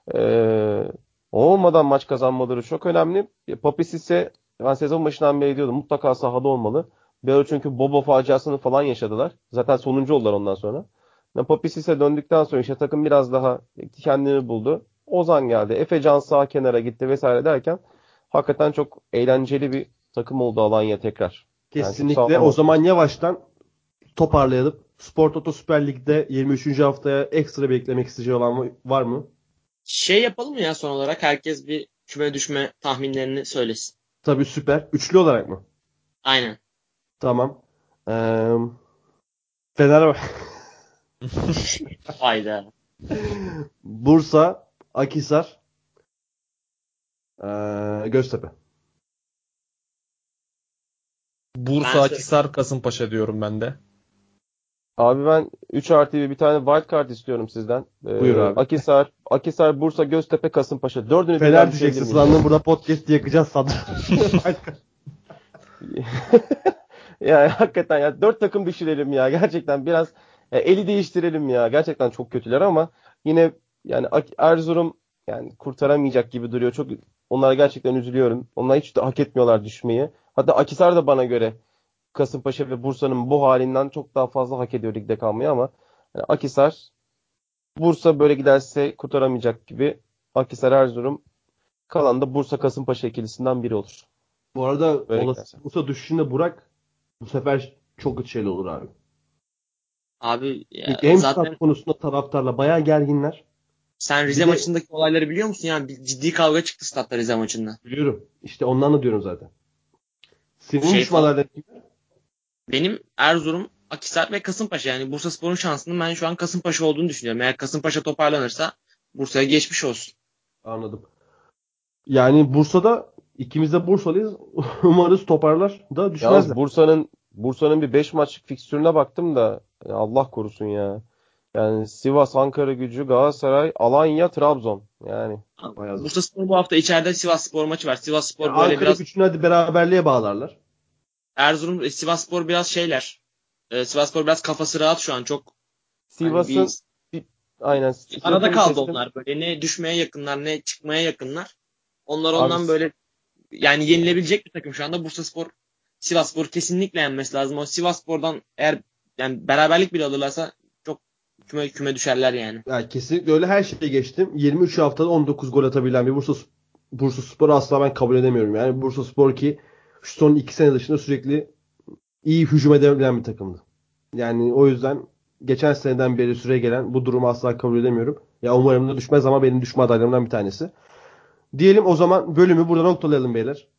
S4: O olmadan maç kazanmaları çok önemli. Papi ise ben sezon başından beri diyordum mutlaka sahada olmalı. Bir ara çünkü Bobo faciasını falan yaşadılar. Zaten sonuncu oldular ondan sonra. Papi ise döndükten sonra işte takım biraz daha kendini buldu. Ozan geldi. Efecan sağ kenara gitti vesaire derken hakikaten çok eğlenceli bir takım oldu Alanya tekrar. Yani çok
S1: Kesinlikle.
S4: sağlam
S1: O
S4: oldu.
S1: zaman yavaştan toparlayalım. Spor Toto Süper Lig'de 23. haftaya ekstra beklemek isteyeceği olan var mı?
S3: Şey yapalım mı ya son olarak? Herkes bir küme düşme tahminlerini söylesin.
S1: Tabii süper. Üçlü olarak mı?
S3: Aynen.
S1: Tamam. Fenerbahçe,
S3: Hayda.
S1: Bursa, Akhisar, Göztepe.
S2: Bursa,
S3: Ben
S2: Akhisar, Kasımpaşa diyorum ben de.
S4: Abi ben 3 artı bir tane wild card istiyorum sizden.
S1: Buyur abi.
S4: Akhisar, Bursa, Göztepe, Kasımpaşa. Dördünü birden
S1: Fener
S4: düşebilir
S1: diyeceksin.
S4: miyim ya?
S1: Sandın burada podcast yakacağız sandım.
S4: Yani hakikaten ya 4 takım düşürelim ya. Gerçekten biraz eli değiştirelim ya. Gerçekten çok kötüler ama yine yani Erzurum yani kurtaramayacak gibi duruyor. Çok onlara gerçekten üzülüyorum. Onlar hiç de hak etmiyorlar düşmeyi. Hatta Akhisar da bana göre Kasımpaşa ve Bursa'nın bu halinden çok daha fazla hak ediyor ligde kalmayı ama yani Akhisar, Bursa böyle giderse kurtaramayacak gibi. Akhisar, Erzurum, kalan da Bursa Kasımpaşa ikilisinden biri olur.
S1: Bu arada
S4: Böyle
S1: olası
S4: giderse.
S1: Bursa düşüşünde Burak bu sefer çok kötü şeyler olur abi.
S3: abi ya,
S1: Çünkü hem stat
S3: zaten
S1: konusunda taraftarla bayağı gerginler.
S3: sen
S1: Bir
S3: Rize
S1: de
S3: maçındaki olayları biliyor musun? Yani bir ciddi kavga çıktı statta Rize maçında.
S1: biliyorum. İşte ondan da diyorum zaten. Senin
S3: Şey falan.
S1: düşmanlardan
S3: Benim Erzurum, Akhisar ve Kasımpaşa. Yani Bursaspor'un şansının ben şu an Kasımpaşa olduğunu düşünüyorum. Eğer Kasımpaşa toparlanırsa Bursa'ya geçmiş olsun.
S1: anladım. Yani Bursa'da ikimiz de Bursalıyız. Umarız toparlar da
S4: Yalnız
S1: düşmezler.
S4: Bursa'nın bir 5 maçlık fikstürüne baktım da Allah korusun ya. Yani Sivas, Ankaragücü, Galatasaray, Alanya, Trabzon. Yani
S1: Bayağı zor.
S3: Bursaspor bu hafta içeride Sivasspor maçı var.
S1: Ya
S3: Sivasspor böyle
S1: Ankara
S3: biraz
S1: gücünü hadi beraberliğe bağlarlar.
S3: Erzurum, Sivasspor biraz şeyler. Sivasspor biraz kafası rahat şu an. Çok hani bir
S4: Sivas'ın bir, aynen
S3: arada
S4: sözünü
S3: kaldı
S4: kestim.
S3: onlar böyle. Ne düşmeye yakınlar ne çıkmaya yakınlar. Onlar
S4: Abi
S3: ondan böyle yani yenilebilecek bir takım şu anda. Bursaspor Sivasspor kesinlikle yenmesi lazım. O Sivasspor'dan eğer yani beraberlik bile alırlarsa çok küme düşerler yani.
S1: Yani kesinlikle öyle her şeye geçtim. 23 haftada 19 gol atabilen bir Bursaspor'u asla ben kabul edemiyorum. Yani Bursaspor ki şu son 2 sene dışında sürekli iyi hücum edebilen bir takımdı. Yani o yüzden geçen seneden beri süre gelen bu durumu asla kabul edemiyorum. Ya umarım da düşmez ama benim düşme adaylarımdan bir tanesi. Diyelim o zaman bölümü burada noktalayalım beyler.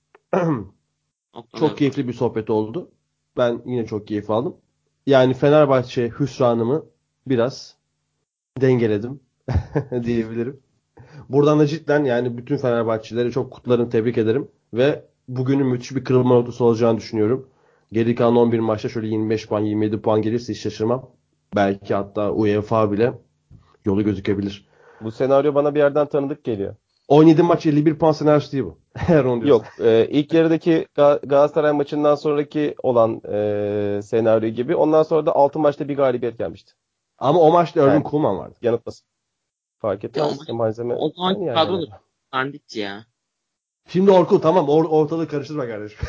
S1: Çok
S3: Noktalayalım abi.
S1: keyifli bir sohbet oldu. Ben yine çok keyif aldım. Yani Fenerbahçe hüsranımı biraz dengeledim diyebilirim. Buradan da cidden yani bütün Fenerbahçelileri çok kutlarım, tebrik ederim. Ve bugünün müthiş bir kırılma noktası olacağını düşünüyorum. Geri kalan 11 maçta şöyle 25 puan, 27 puan gelirse hiç şaşırmam. Belki hatta UEFA bile yolu gözükebilir.
S4: bu senaryo bana bir yerden tanıdık geliyor.
S1: 17 maç 51 puan senaryosu değil bu. Eğer onu diyorsan.
S4: Yok, ilk yarıdaki Galatasaray maçından sonraki olan senaryo gibi. Ondan sonra da 6 maçta bir galibiyet gelmişti.
S1: Ama o maçta Erwin
S4: Yani
S1: Koolman vardı.
S4: yanıltmasın. Fark
S3: Ya o,
S4: etmez. Malzeme
S3: o
S4: aynı
S3: zamanki
S4: yerden.
S3: kadro da dandikti ya.
S1: Şimdi Orkun tamam ortalığı karıştırma kardeşim.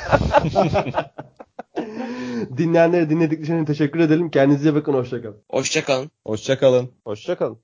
S1: Dinleyenlere dinledikleri için teşekkür edelim. Kendinize bakın. Hoşçakalın.
S3: Hoşça kalın.
S2: Hoşça kalın.
S4: Hoşça kalın.